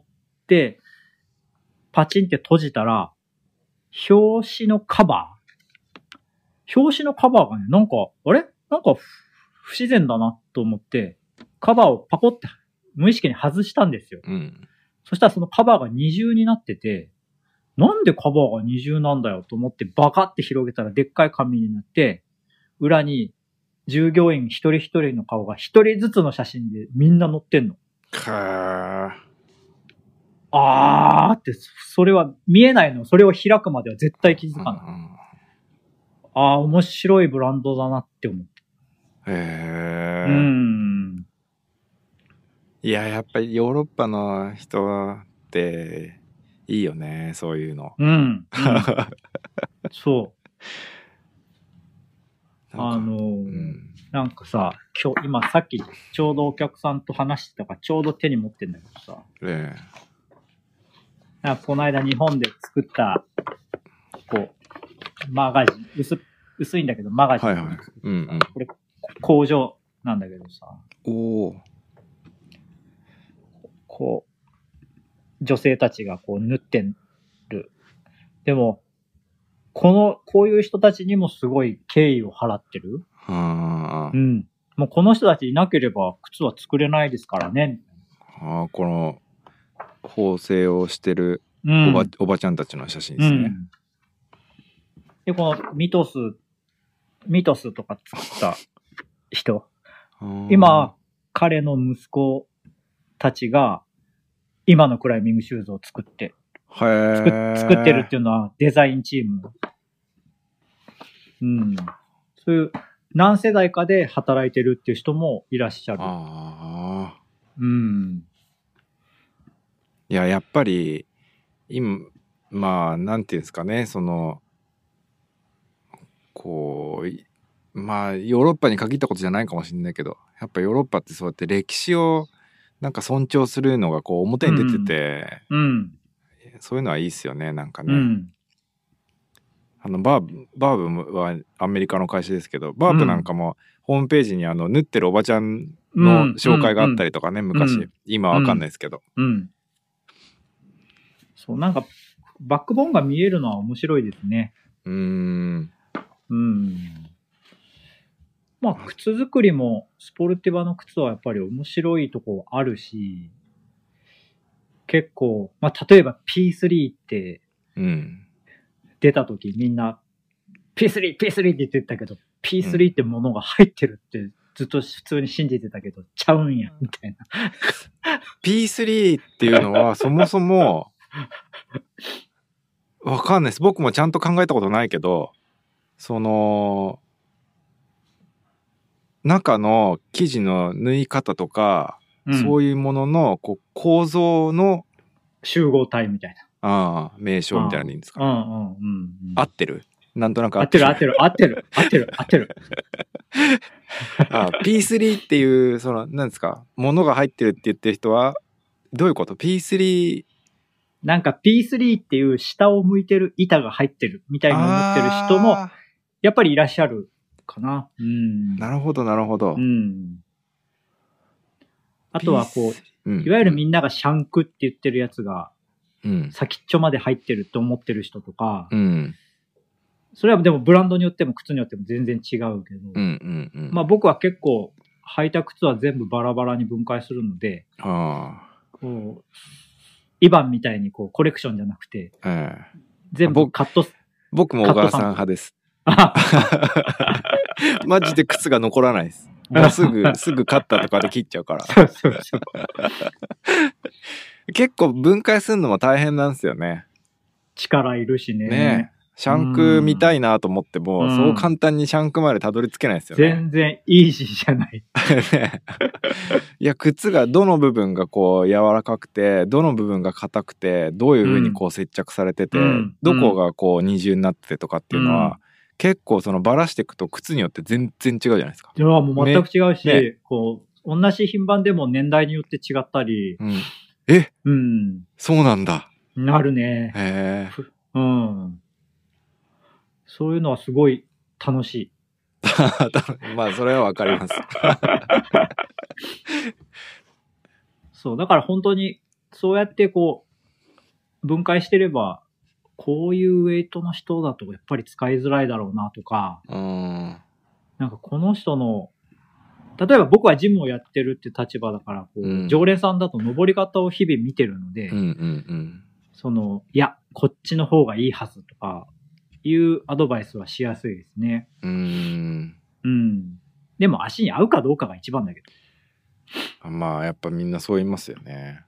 パチンって閉じたら、表紙のカバーがね、なんか、あれなんか不自然だなと思って、カバーをパコって無意識に外したんですよ。そしたらそのカバーが二重になってて、 なんでカバーが二重なんだよと思ってバカって広げたらでっかい紙になって、裏に従業員一人一人の顔が一人ずつの写真でみんな載ってんの。あーって、それは見えないの。それを開くまでは絶対気づかない。あー、面白いブランドだなって思って。 いや、やっぱりヨーロッパの人っていいよね、そういうの。 そう。なんかさ、今さっきちょうどお客さんと話してたからちょうど手に持ってんだけどさ。この間日本で作った、こう、マガジン、薄いんだけどマガジン。これ工場なんだけどさ。こう、女性たちがこう縫ってる。でも、こういう人たちにもすごい敬意を払ってる。もうこの人たちいなければ靴は作れないですからね。 この縫製をしてるおばちゃんたちの写真ですね。 で、このミトスとか作った人。今、彼の息子たちが今のクライミングシューズを作ってるっていうのはデザインチーム。そういう何世代かで働いてるっていう人もいらっしゃる。 いや、やっぱり今、まあなんていうんですかね、こうまあヨーロッパに限ったことじゃないかもしれないけど、やっぱヨーロッパってそうやって歴史をなんか尊重するのがこう表に出てて、そういうのはいいっすよね、なんかね。バーブはアメリカの会社ですけど、バーブなんかもホームページに縫ってるおばちゃんの紹介があったりとかね、昔。今はわかんないですけど。 そう、なんかバックボーンが見えるのは面白いですね。まあ、靴作りもスポルティバの靴はやっぱり面白いとこあるし、結構、まあ、例えば P3 って出た時みんな P3 って言ってたけど、P3 ってものが入ってるってずっと普通に信じてたけど、ちゃうんや、みたいな。 P3 っていうのはそもそもわかんないです。僕もちゃんと考えたことないけど、中の生地の縫い方とか、そういうもののこう構造の集合体みたいな名称みたいなのでいいんですか、合ってる？なんとなく合ってる。合ってる。 P3 っていう何ですか、ものが入ってるって言ってる人はどういうこと？ P3 なんか P3 っていう下を向いてる板が入ってるみたいに思ってる人もやっぱりいらっしゃるかな。なるほど。 あとはこう、いわゆるみんながシャンクって言ってるやつが、先っちょまで入ってるって思ってる人とか、それはでもブランドによっても靴によっても全然違うけど、まあ僕は結構履いた靴は全部バラバラに分解するので、こうイバンみたいにこうコレクションじゃなくて、全部カット。 僕も小川さん派です。マジで靴が残らないです。もうすぐカッターとかで切っちゃうから。結構分解するのも大変なんですよね。 力いるしね。 シャンク見たいなと思っても、そう簡単にシャンクまでたどり着けないですよね。 全然イージーじゃない。 いや、靴がどの部分がこう柔らかくて、どの部分が硬くて、どういう風にこう接着されてて、どこがこう二重になっててとかっていうのは、結構バラしていくと靴によって全然違うじゃないですか。 いや、もう全く違うし、こう、同じ品番でも年代によって違ったり。 そうなんだ。 なるね。そういうのはすごい楽しい。 まあ、それはわかります。 そう、だから本当に、そうやってこう、分解してれば、こういうウェイトの人だとやっぱり使いづらいだろうなとか、なんかこの人の、例えば僕はジムをやってるって立場だからこう、常連さんだと登り方を日々見てるので、いや、 こっちの方がいいはずとか、いうアドバイスはしやすいですね。でも足に合うかどうかが一番だけど。 まあ、やっぱみんなそう言いますよね。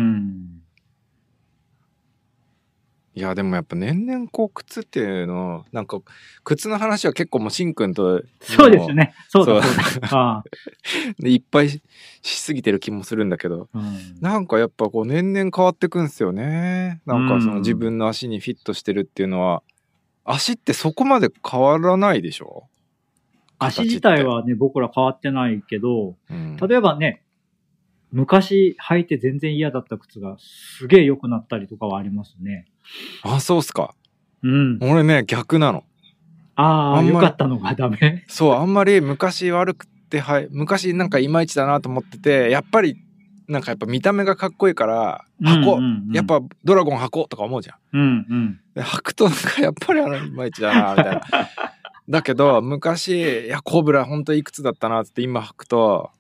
いや、でもやっぱ年々こう靴っていうの、なんか靴の話は結構もうしんくんと。 そうですよね。そうだそうだ。 でいっぱい しすぎてる気もするんだけど、なんかやっぱこう年々変わってくんですよね。なんかその自分の足にフィットしてるっていうのは、足ってそこまで変わらないでしょ？ 足自体はね、僕ら変わってないけど、例えばね、昔履いて全然嫌だった靴がすげえ良くなったりとかはありますね。 あ、そうっすか。俺ね、逆なの。 良かったのがダメ？ そう、あんまり昔悪くて、昔なんかいまいちだなと思ってて、やっぱりなんかやっぱ見た目がかっこいいから履こう、やっぱドラゴン履こうとか思うじゃん。で履くとなんかやっぱりいまいちだなみたいな。だけど昔、いやコブラほんといくつだったなって今履くと、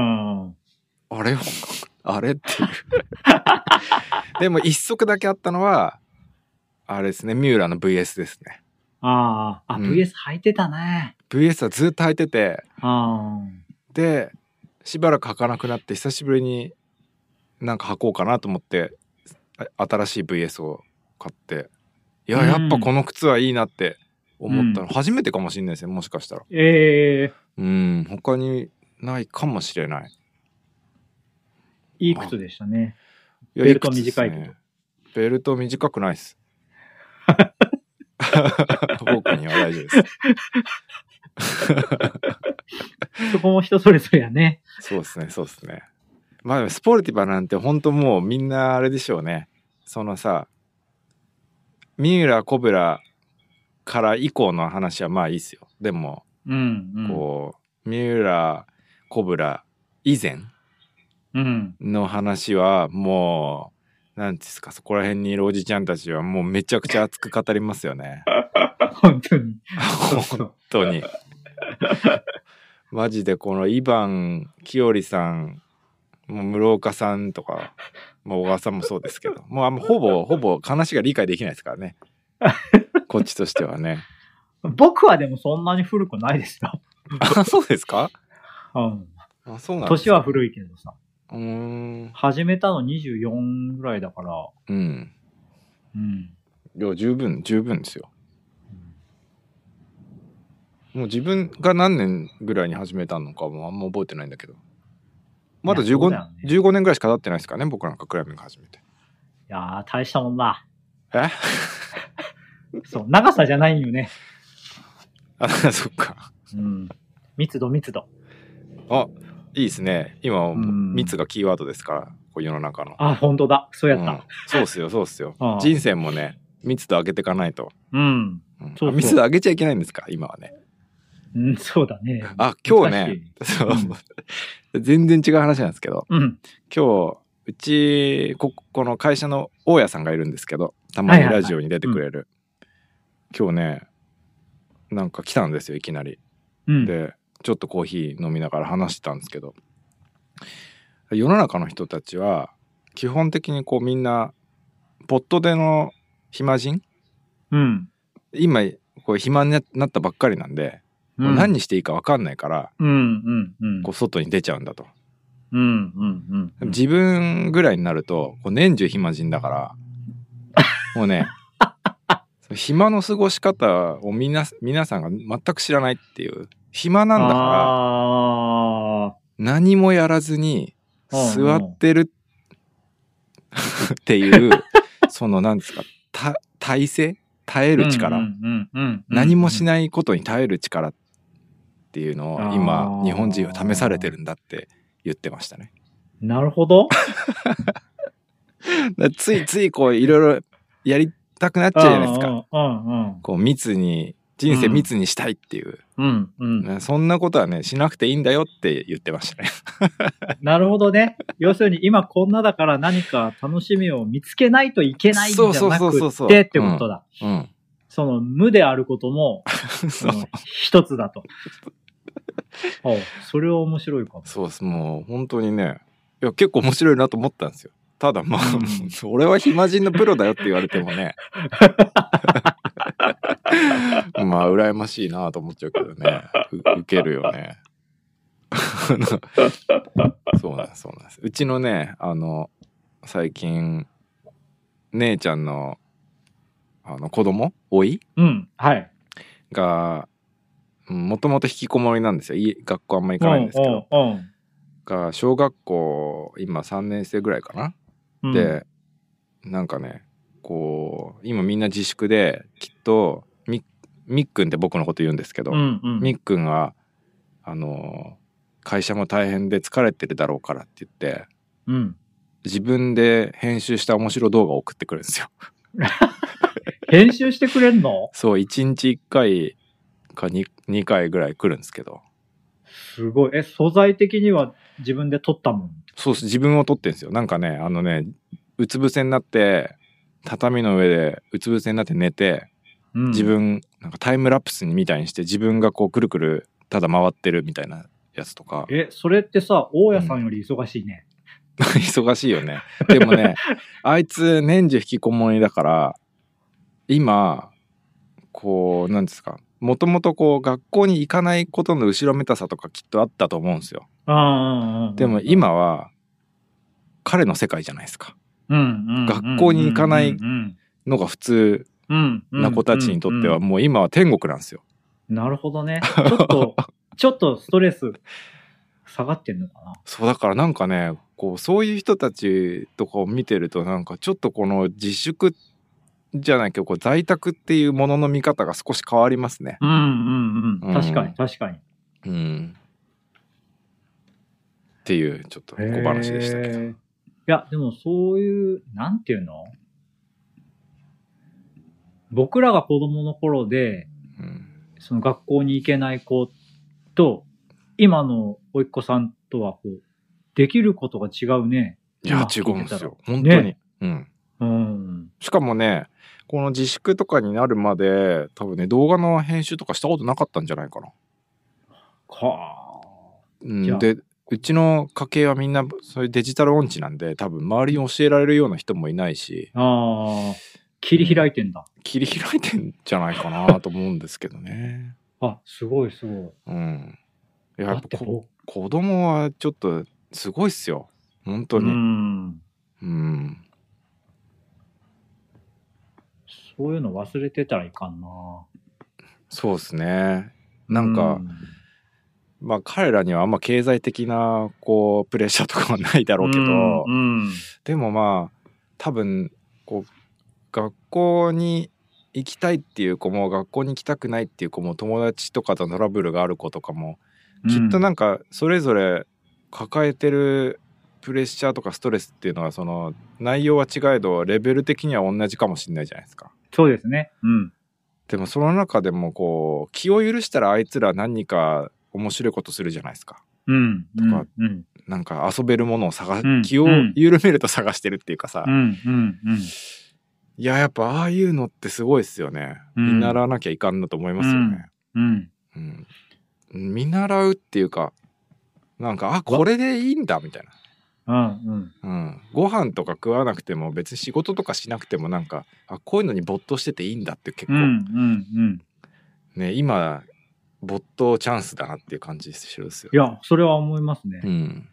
あれっていうでも一足だけあったのはあれですね、ミューラの VS ですね。 VS 履いてたね。 VS はずっと履いてて、でしばらく履かなくなって久しぶりになんか履こうかなと思って新しい VS を買って、やっぱこの靴はいいなって思ったの初めてかもしれないですね、もしかしたら。他にないかもしれない。 いい靴でしたね。ベルト短いけど。 ベルト短くないっす。僕には大丈夫です。 そこも人それぞれやね。 そうですね。まあスポルティバなんて本当もうみんなあれでしょうね。そのさ、ミューラ、コブラから以降の話はまあいいっすよ。でも、こうミューラ、コブラ以前の話はもうなんですか、そこら辺にいるおじちゃんたちはもうめちゃくちゃ熱く語りますよね。 本当に本当にマジでこのイバン・キヨリさん、もう室岡さんとか、小川さんもそうですけど、もうほぼ話が理解できないですからね。こっちとしてはね。 僕はでもそんなに古くないですよ。 あ、そうですか？ そうなんです。 年は古いけどさ。始めたの24ぐらいだから。いや、十分ですよ。もう自分が何年ぐらいに始めたのかもあんま覚えてないんだけど。まだ15年ぐらいしか経ってないですかね、僕なんかクライミング始めて。いやー、大したもんだ。 えそう、長さじゃないよね。 そっか。 密度。 あ、いいですね。今、密がキーワードですから、こう世の中の。 本当だ。そうやった。 そうっすよ。人生もね、密度上げていかないと。密度上げちゃいけないんですか、今はね。 そうだね。 今日ね、全然違う話なんですけど、今日、うち、この会社の大家さんがいるんですけど、たまにラジオに出てくれる。今日ね、なんか来たんですよ、いきなり。で、ちょっとコーヒー飲みながら話してたんですけど、世の中の人たちは、基本的にこうみんな、ポットでの暇人、今、こう暇になったばっかりなんで、何にしていいか分かんないから、こう外に出ちゃうんだと。自分ぐらいになるとこう年中暇人だからもうね暇の過ごし方を皆さんが全く知らないっていう。暇なんだから何もやらずに座ってるっていうその何ですか、耐性、耐える力、何もしないことに耐える力っていうのを今日本人は試されてるんだって言ってましたね。 なるほど。 ついこういろいろやりたくなっちゃうじゃないですか。こう人生密にしたいっていう、そんなことはねしなくていいんだよって言ってましたね。 なるほどね。要するに今こんなだから何か楽しみを見つけないといけないんじゃなくてってことだ。その無であることも一つだと。それは面白いかも。 そうです。もう本当にね、いや結構面白いなと思ったんですよ。 ただまあ、俺は暇人のプロだよって言われてもね。まあ、羨ましいなと思っちゃうけどね。受けるよね。そうなんです、そうなんです。うちのね、最近、姉ちゃんの、子供おいはい。 が、もともと引きこもりなんですよ。学校あんま行かないんですけど。が、小学校、今3年生ぐらいかな。で、なんかね、こう、今みんな自粛で、きっと、みっくんって僕のこと言うんですけど、みっくんが、会社も大変で疲れてるだろうからって言って、自分で編集した面白動画を送ってくるんですよ。 編集してくれんの？ そう、1日1回か 2回ぐらい来るんですけど。 すごい。素材的には自分で撮ったもん？ そうです。自分を撮ってるんですよ。なんかね、うつ伏せになって、畳の上でうつ伏せになって寝て、自分、なんかタイムラプスみたいにして自分がこうくるくるただ回ってるみたいなやつとか。 それってさ、大家さんより忙しいね。 忙しいよね。でもね、あいつ年中引きこもりだから、今、こう、なんですか、もともとこう学校に行かないことの後ろめたさとかきっとあったと思うんですよ。でも今は彼の世界じゃないですか。学校に行かないのが普通な子たちにとってはもう今は天国なんですよ。 なるほどね。ちょっとストレス下がってんのかな。 そうだからなんかね、こうそういう人たちとかを見てるとなんかちょっとこの自粛じゃないけどこう在宅っていうものの見方が少し変わりますね。 確かに確かに。 っていうちょっと小話でしたけど。いやでもそういうなんていうの？僕らが子供の頃で、その学校に行けない子と今の甥っ子さんとはこうできることが違うね。 いや違うんですよ本当に。しかもね、この自粛とかになるまで多分ね動画の編集とかしたことなかったんじゃないかな。でうちの家系はみんなそういうデジタル音痴なんで多分周りに教えられるような人もいないし。 切り開いてんだ。 切り開いてんじゃないかなと思うんですけどね。 すごいすごい。 やっぱ子供はちょっとすごいっすよ本当に。 そういうの忘れてたらいかんな。 そうですね。なんか、まあ彼らにはあんま経済的なこうプレッシャーとかはないだろうけど、でもまあ多分こう学校に行きたいっていう子も学校に行きたくないっていう子も友達とかとトラブルがある子とかもきっとなんかそれぞれ抱えてるプレッシャーとかストレスっていうのはその内容は違えどレベル的には同じかもしれないじゃないですか。 そうですね。 でもその中でもこう気を許したらあいつら何か面白いことするじゃないですか。とかなんか遊べるものを気を緩めると探してるっていうかさ。いややっぱああいうのってすごいっすよね。見習わなきゃいかんなと思いますよね。見習うっていうかなんかこれでいいんだみたいな。ご飯とか食わなくても別に仕事とかしなくてもなんかこういうのに没頭してていいんだって結構ね今没頭チャンスだなっていう感じするんですよ。 いやそれは思いますね。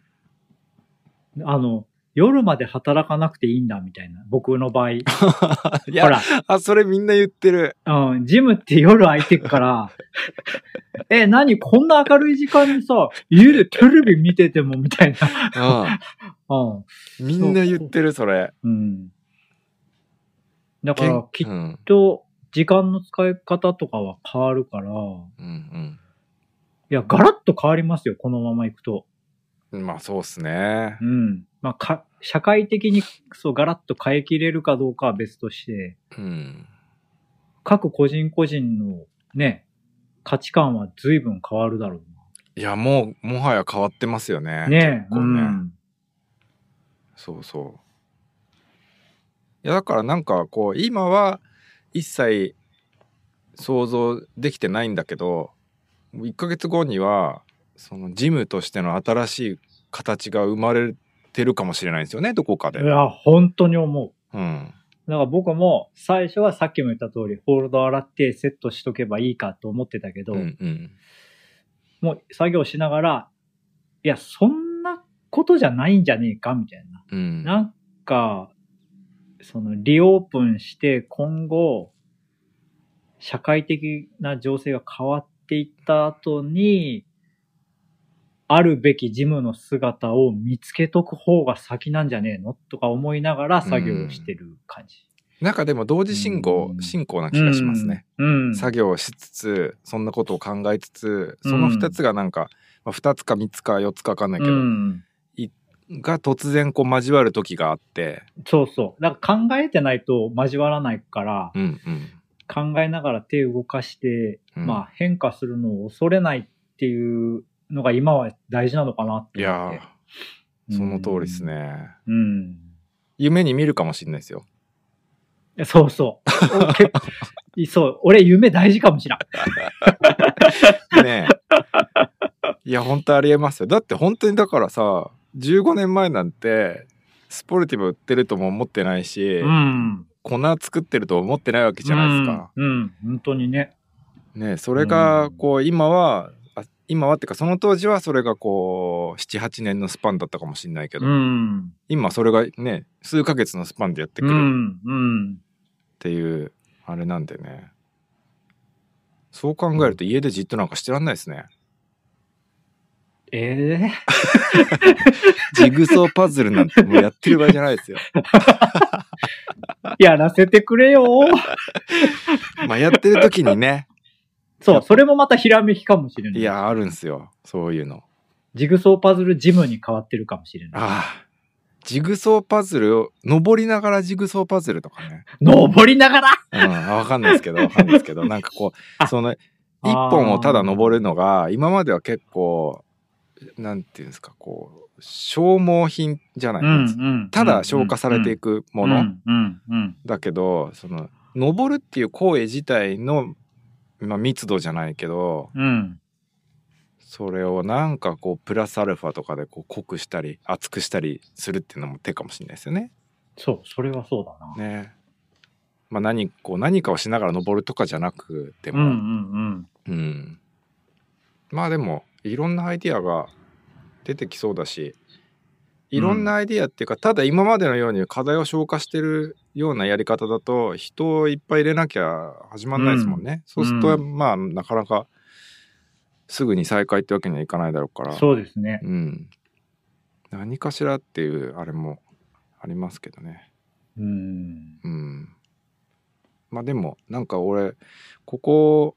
夜まで働かなくていいんだみたいな僕の場合。いやほらそれみんな言ってる。 ジムって夜空いてっから何こんな明るい時間にさ家でテレビ見ててもみたいな。 みんな言ってるそれ。 だからきっと時間の使い方とかは変わるから、いやガラッと変わりますよこのままいくと。 まあそうっすね。 まあ社会的にそうガラッと変えきれるかどうかは別として、各個人個人のね価値観は随分変わるだろうな。 いやもはや変わってますよね。 ね結構ね。そうそう。いやだからなんかこう今は一切想像できてないんだけど1ヶ月後にはそのジムとしての新しい形が生まれてるかもしれないですよね、どこかで。 いや、本当に思う。 うん。 だから僕も最初はさっきも言った通り、ホールド洗ってセットしとけばいいかと思ってたけど、 うんうん。 もう作業しながら、いや、そんなことじゃないんじゃねえかみたいな。 うん。 なんか、リオープンして今後、社会的な情勢が変わっていった後に、あるべきジムの姿を見つけとく方が先なんじゃねえのとか思いながら作業をしてる感じ。 なんかでも同時進行な気がしますね。 うん。 作業しつつ、そんなことを考えつつ、その2つがなんか、2つか3つか4つか分かんないけど、が突然こう交わる時があって。 そうそう。だから考えてないと交わらないから、 うんうん、 考えながら手を動かして、変化するのを恐れないっていうのが今は大事なのかなって思って。 いや、その通りですね。 うん。 夢に見るかもしれないですよ。 そうそう。そう、俺夢大事かもしらん。 ねえ。いや、本当ありえますよ。だって本当にだからさ、15年前なんて、スポルティブ売ってるとも思ってないし、粉作ってると思ってないわけじゃないですか。 本当にね。 ねえ、それが、こう、今はっていうか、その当時はそれがこう、7、8年のスパンだったかもしれないけど、今それがね、数ヶ月のスパンでやってくるっていう、あれなんでね。そう考えると家でじっとなんかしてらんないですね。ジグソーパズルなんてもうやってる場合じゃないですよ。 やらせてくれよまあやってる時にね。 そう、それもまたひらめきかもしれない。 いや、あるんすよ。そういうの。 ジグソーパズルジムに変わってるかもしれない。 ああ。ジグソーパズルを、登りながらジグソーパズルとかね。 登りながらわかんないですけど、なんかこう、その、一本をただ登るのが、今までは結構、なんていうんですか、こう、消耗品じゃないですか。ただ消化されていくもの。だけど、登るっていう行為自体の、密度じゃないけど、それをなんかこうプラスアルファとかでこう濃くしたり厚くしたりするっていうのも手かもしれないですよね。 そう、それはそうだな。 ね。何かをしながら登るとかじゃなくても、まあでもいろんなアイディアが出てきそうだし、いろんなアイディアっていうか、ただ今までのように課題を消化してるようなやり方だと人をいっぱい入れなきゃ始まんないですもんね。そうするとなかなかすぐに再開ってわけにはいかないだろうから。 そうですね。 何かしらっていうあれもありますけどね。まあでもなんか俺ここ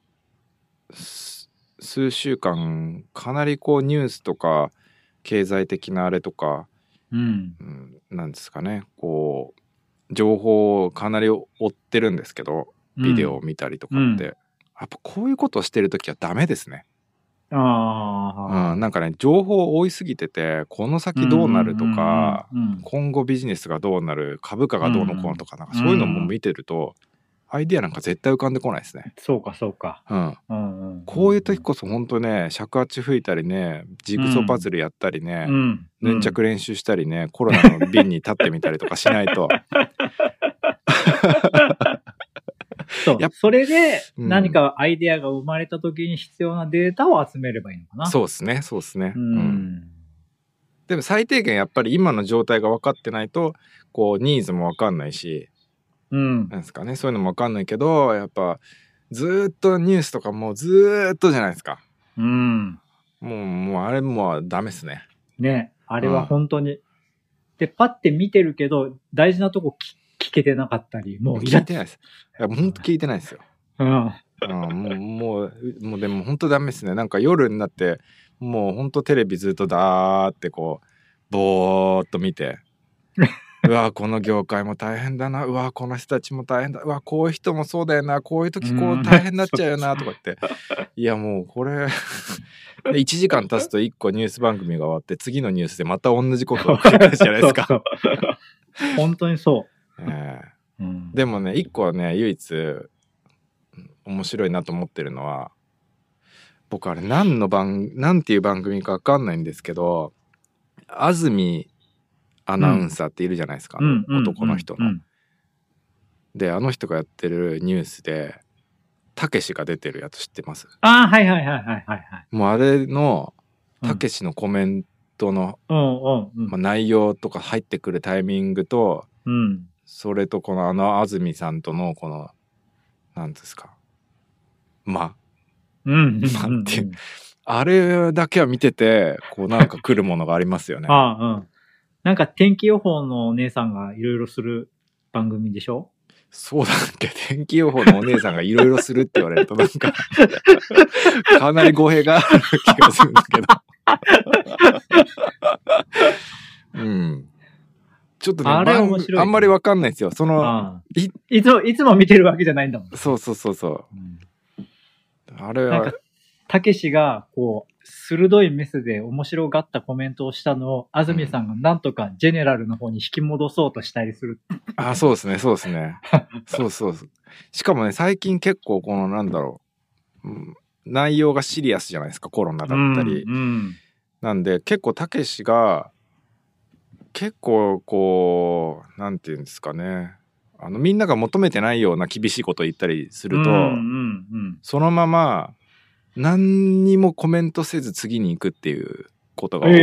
数週間かなりこうニュースとか経済的なあれとか、なんですかね、こう情報をかなり追ってるんですけど、ビデオを見たりとかって、やっぱこういうことをしてるときはダメですね。なんかね、情報多いすぎてて、この先どうなるとか、今後ビジネスがどうなる、株価がどうのこうのとか、なんかそういうのも見てると、アイディアなんか絶対浮かんでこないですね。 そうかそうか。 こういう時こそ本当ね、尺八吹いたりね、ジグソーパズルやったりね、ヌンチャク練習したりね、コロナの瓶に立ってみたりとかしないと。 そう、それで何かアイデアが生まれた時に必要なデータを集めればいいのかな。 そうですね。でも最低限やっぱり今の状態が分かってないと、こうニーズも分かんないし、なんですかね、そういうのも分かんないけど、やっぱずっとニュースとかもずっとじゃないですか。もうあれもダメですね。ね、 あれは本当に。で、パッて見てるけど大事なとこ聞けてなかったり、もう聞いてないです。いや、本当聞いてないですよ。もうでも本当ダメですね。なんか夜になってもう本当テレビずっとだーってこうぼーっと見て、うわこの業界も大変だな、うわこの人たちも大変だ、うわこういう人もそうだよな、こういう時こう大変になっちゃうよなとかって、いやもうこれ1時間経つと1個ニュース番組が終わって、次のニュースでまた同じことを繰り返すじゃないですか。 本当にそう。 でもね、1個はね、唯一面白いなと思ってるのは、僕あれなんていう番組か分かんないんですけど、安住アナウンサーっているじゃないですか、男の人の。であの人がやってるニュースでたけしが出てるやつ知ってます？ ああ、はいはいはいはいはい。 もうあれのたけしのコメントの、内容とか入ってくるタイミングと、それとこの安住さんとのこのなんですかっていうあれだけは見ててこうなんか来るものがありますよね。 なんか天気予報のお姉さんがいろいろする番組でしょ？ そうだっけ？天気予報のお姉さんがいろいろするって言われるとなんかかなり語弊がある気がするんだけどちょっとね、 あれ面白い、 あんまりわかんないですよ。そのいつも見てるわけじゃないんだもん。 そう、あれはたけしがこう鋭いメスで面白がったコメントをしたのを安住さんがなんとかジェネラルの方に引き戻そうとしたりする。 そうですねそうしかもね最近結構このなんだろう、内容がシリアスじゃないですか、コロナだったり、なんで結構たけしが結構こうなんていうんですかね、みんなが求めてないような厳しいことを言ったりすると、そのまま何にもコメントせず次に行くっていうことが多くて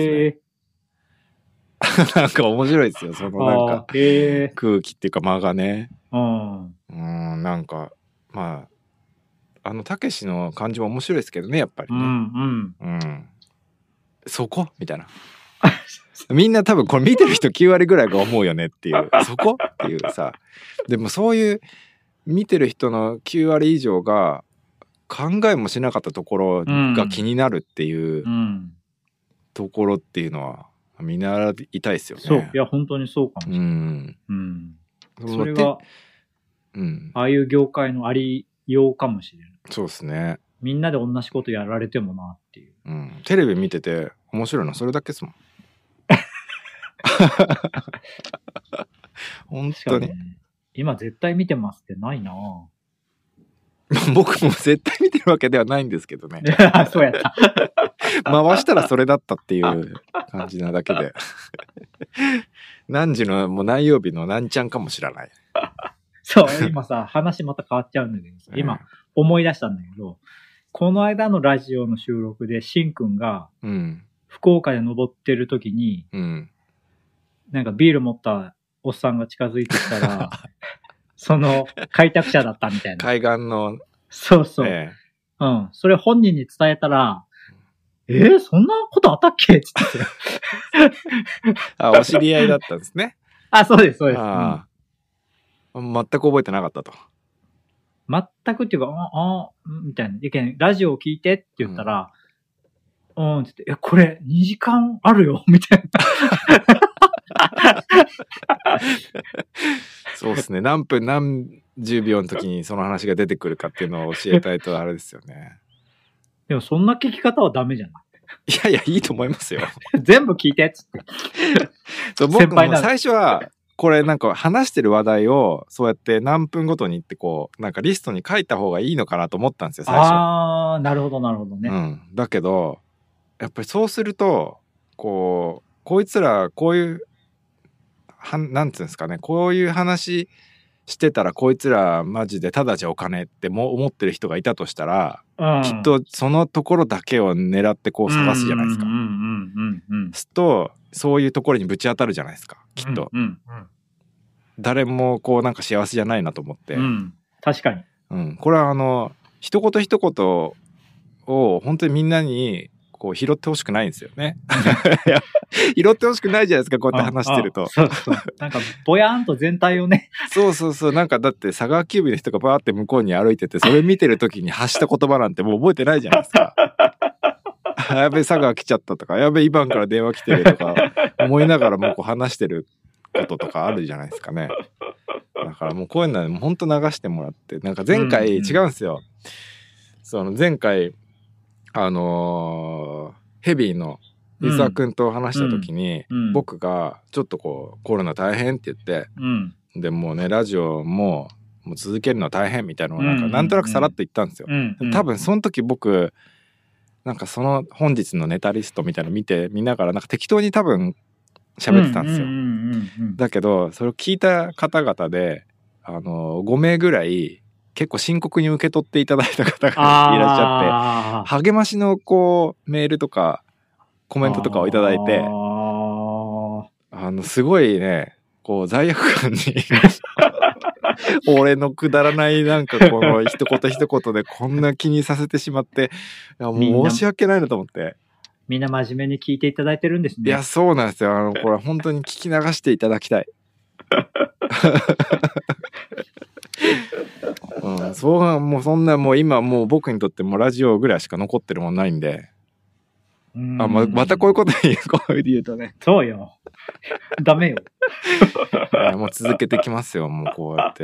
ですね、なんか面白いですよ、そのなんか空気っていうか間がね。なんかたけしの感じも面白いですけどね、やっぱりね。そこみたいなみんな多分これ見てる人9割ぐらいが思うよねっていうそこっていうさ、でもそういう見てる人の9割以上が考えもしなかったところが気になるっていうところっていうのは見習いたいですよね。 そう、いや本当にそうかもしれない。それがああいう業界のありようかもしれない。 そうですね。 みんなで同じことやられてもなっていう。 テレビ見てて面白いのそれだけですもん。本当に、 今絶対見てますってないな。 僕も絶対見てるわけではないんですけどね。 そうやった回したらそれだったっていう感じなだけで何時のもう何曜日の何ちゃんかも知らない。 そう、今さ話また変わっちゃうんだけどさ、今思い出したんだけど、この間のラジオの収録でしんくんが福岡で登ってる時に、なんかビール持ったおっさんが近づいてきたらその開拓者だったみたいな。 海岸の。 そう。それ本人に伝えたら、そんなことあったっけって言ってお知り合いだったんですね。 そうです。全く覚えてなかったと。 全くっていうか、みたいな。ラジオを聞いてって言ったら、って言って、これ2時間あるよみたいな。 そうですね。何分何十秒の時にその話が出てくるかっていうのを教えたいとあれですよね。 でもそんな聞き方はダメじゃない？ いやいいと思いますよ。 全部聞いてっつって。 僕も最初はこれなんか話してる話題をそうやって何分ごとにってこうなんかリストに書いた方がいいのかなと思ったんですよ最初。 なるほどね。 だけどやっぱりそうするとこいつらこういうなんていうんですかね、こういう話してたらこいつらマジでただじゃお金って思ってる人がいたとしたら、きっとそのところだけを狙ってこう探すじゃないですか。するとそういうところにぶち当たるじゃないですかきっと。誰もこうなんか幸せじゃないなと思って。 確かに。 これは一言一言を本当にみんなにこう拾ってほしくないんですよね。拾ってほしくないじゃないですか、こうやって話してると。 そう。なんかぼやーんと全体をね。 そう。なんかだって佐川急便の人がバーって向こうに歩いてて、それ見てる時に発した言葉なんてもう覚えてないじゃないですか。やべえ佐川来ちゃったとか、やべえイバンから電話来てるとか思いながらもうこう話してることとかあるじゃないですかね。だからもうこういうのは本当流してもらって、なんか前回違うんですよ。その前回ヘビーの伊沢くんと話した時に、僕がちょっとこうコロナ大変って言って、でもうねラジオもう続けるのは大変みたいなのをなんとなくさらっと言ったんですよ。多分その時僕なんかその本日のネタリストみたいなの見ながらなんか適当に多分喋ってたんですよ。 うんうんうんうん。 だけど、それを聞いた方々で、5名ぐらい、結構深刻に受け取っていただいた方がいらっしゃって、励ましのこう、メールとか、コメントとかをいただいて、すごいね、こう、罪悪感に、俺のくだらないなんかこの一言一言でこんな気にさせてしまって、いやもう申し訳ないなと思って。 みんな真面目に聞いていただいてるんですね。 いや、そうなんですよ。これ本当に聞き流していただきたい。うん、そうもうそんなもう今もう僕にとってもラジオぐらいしか残ってるもんないんで。またこういうこと言うとね。 そうよ。ダメよ。 もう続けてきますよ、もうこうやって。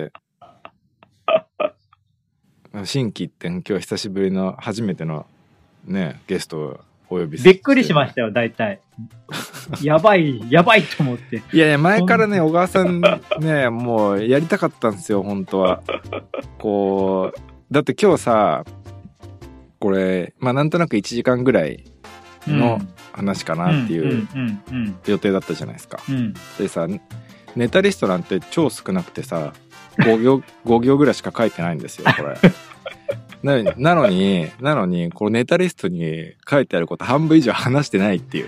新規って今日久しぶりの初めてのね、ゲストをお呼びびっくりしましたよ、大体。やばいと思って。 いやいや、前からね、小川さんね、もうやりたかったんですよ、本当は。こう、だって今日さ、これ、まあなんとなく1時間ぐらいの話かなっていう予定だったじゃないですか。でさ、ネタリストなんて超少なくてさ、5行ぐらいしか書いてないんですよ、これ。なのに、このネタリストに書いてあること半分以上話してないっていうね。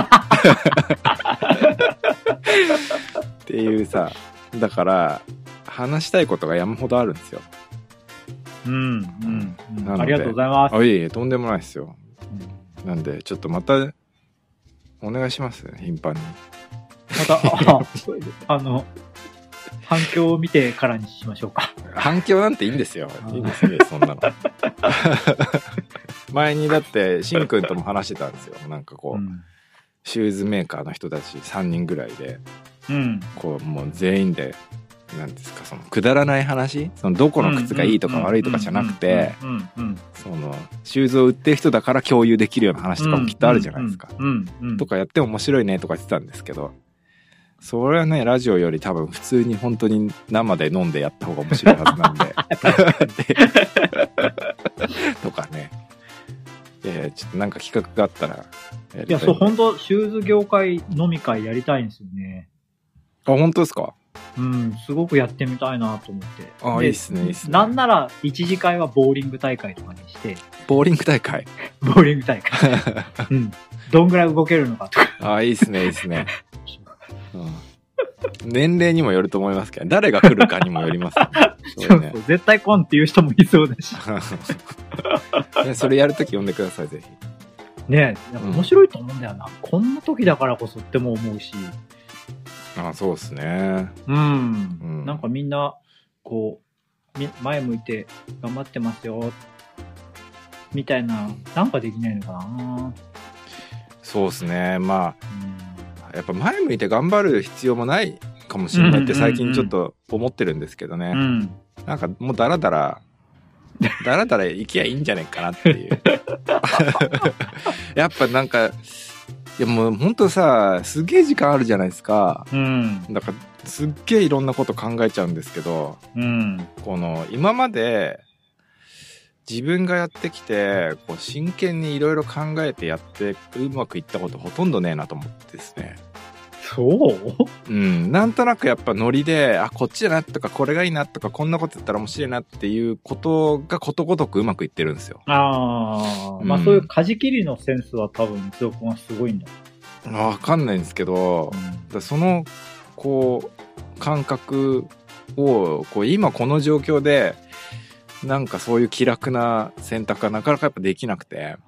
っていうさ、だから、話したいことが山ほどあるんですよ。 ありがとうございます。 いえ、とんでもないですよ。なんで、ちょっとまた、お願いします、頻繁に。 また、反響を見てからにしましょうか。 反響なんていいんですよ。いいんですね、そんなの。前にだって、しんくんとも話してたんですよ。なんかこう、シューズメーカーの人たち3人ぐらいで、こう、もう全員で、なんですか、その、くだらない話、その、どこの靴がいいとか悪いとかじゃなくて、その、シューズを売ってる人だから共有できるような話とかもきっとあるじゃないですか。とかやっても面白いねとか言ってたんですけど、それはね、ラジオより多分普通に本当に生で飲んでやった方が面白いはずなんで。とかね。ちょっとなんか企画があったらやりたい。 いや、そう、本当シューズ業界飲み会やりたいんですよね。 あ、本当ですか？ すごくやってみたいなと思って。 あ、いいっすね、いいっすね。 なんなら、一次会はボーリング大会とかにして。 ボーリング大会ボーリング大会。どんぐらい動けるのかとか。 あ、いいっすね、いいっすね。年齢にもよると思いますけど、誰が来るかにもよります、ね。 そうそう、絶対来んっていう人もいそうだし。 それやるとき呼んでください、ぜひ。 ねえ、面白いと思うんだよな。こんな時だからこそっても思うし。 あ、そうですね。 なんかみんな、こう、前向いて頑張ってますよ、みたいな、なんかできないのかな。 そうですね。まあ、やっぱ前向いて頑張る必要もないかもしれないって最近ちょっと思ってるんですけどね。なんかもうだらだら行きゃいいんじゃないかなっていう。やっぱなんか、いやもうほんとさ、すげえ時間あるじゃないですか。だからすっげえいろんなこと考えちゃうんですけど、この今まで自分がやってきて、こう真剣にいろいろ考えてやってうまくいったことほとんどねえなと思ってですね。 そうなんとなくやっぱノリで、あ、こっちだなとか、これがいいなとか、こんなこと言ったら面白いなっていうことがことごとくうまくいってるんですよ。 まあそういう舵切りのセンスは多分、強くがすごいんだ。 わかんないんですけど、その、こう、感覚を、こう、今この状況で、なんかそういう気楽な選択がなかなかやっぱできなくて。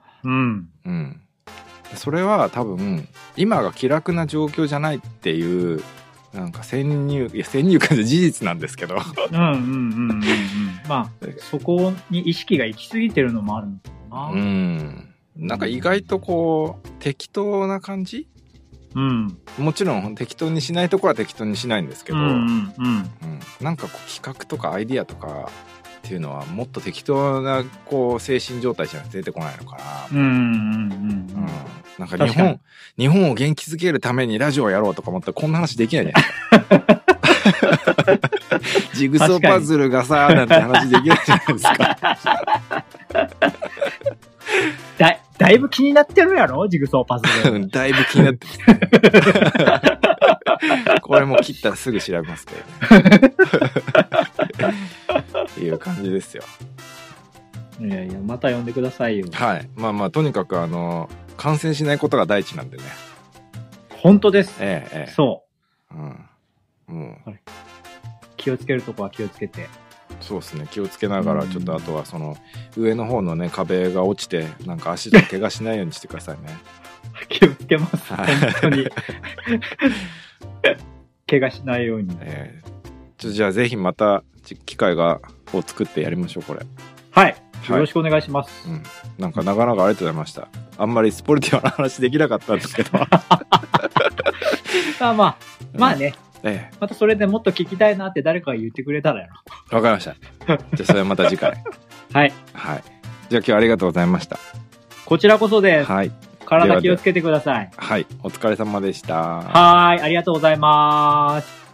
それは多分、今が気楽な状況じゃないっていう、なんか先入観で事実なんですけど。まあ、そこに意識が行き過ぎてるのもあるのかな。 なんか意外とこう、適当な感じ？もちろん適当にしないところは適当にしないんですけど、なんかこう企画とかアイディアとかっていうのはもっと適当なこう精神状態じゃ出てこないのかな。なんか日本を元気づけるためにラジオをやろうとか思ったらこんな話できないじゃないですか。ジグソーパズルがさなんて話できないじゃないですか。 だいぶ気になってるやろジグソーパズル。 だいぶ気になってる。 これも切ったらすぐ調べますけどね。っていう感じですよ。 いやいや、また呼んでくださいよ。 はい。まあまあ、とにかく感染しないことが第一なんでね。 本当です。 ええ。 そう。 うん。もう。 気をつけるとこは気をつけて。 そうですね。気をつけながら、ちょっとあとは上の方のね、壁が落ちて、なんか足と怪我しないようにしてくださいね。 気をつけます。本当に。怪我しないように。 じゃあぜひまた、機会を作ってやりましょう、これ。 はい。よろしくお願いします。 うん。なんかなかなかありがとうございました。あんまりスポルティアの話できなかったんですけど。 まあね。 ええ。 またそれでもっと聞きたいなって誰かが言ってくれたらやろ。 わかりました。じゃあそれはまた次回。 はい。 はい。じゃあ今日はありがとうございました。 こちらこそです。 はい。 体気をつけてください。 はい。お疲れ様でした。 はい。ありがとうございます。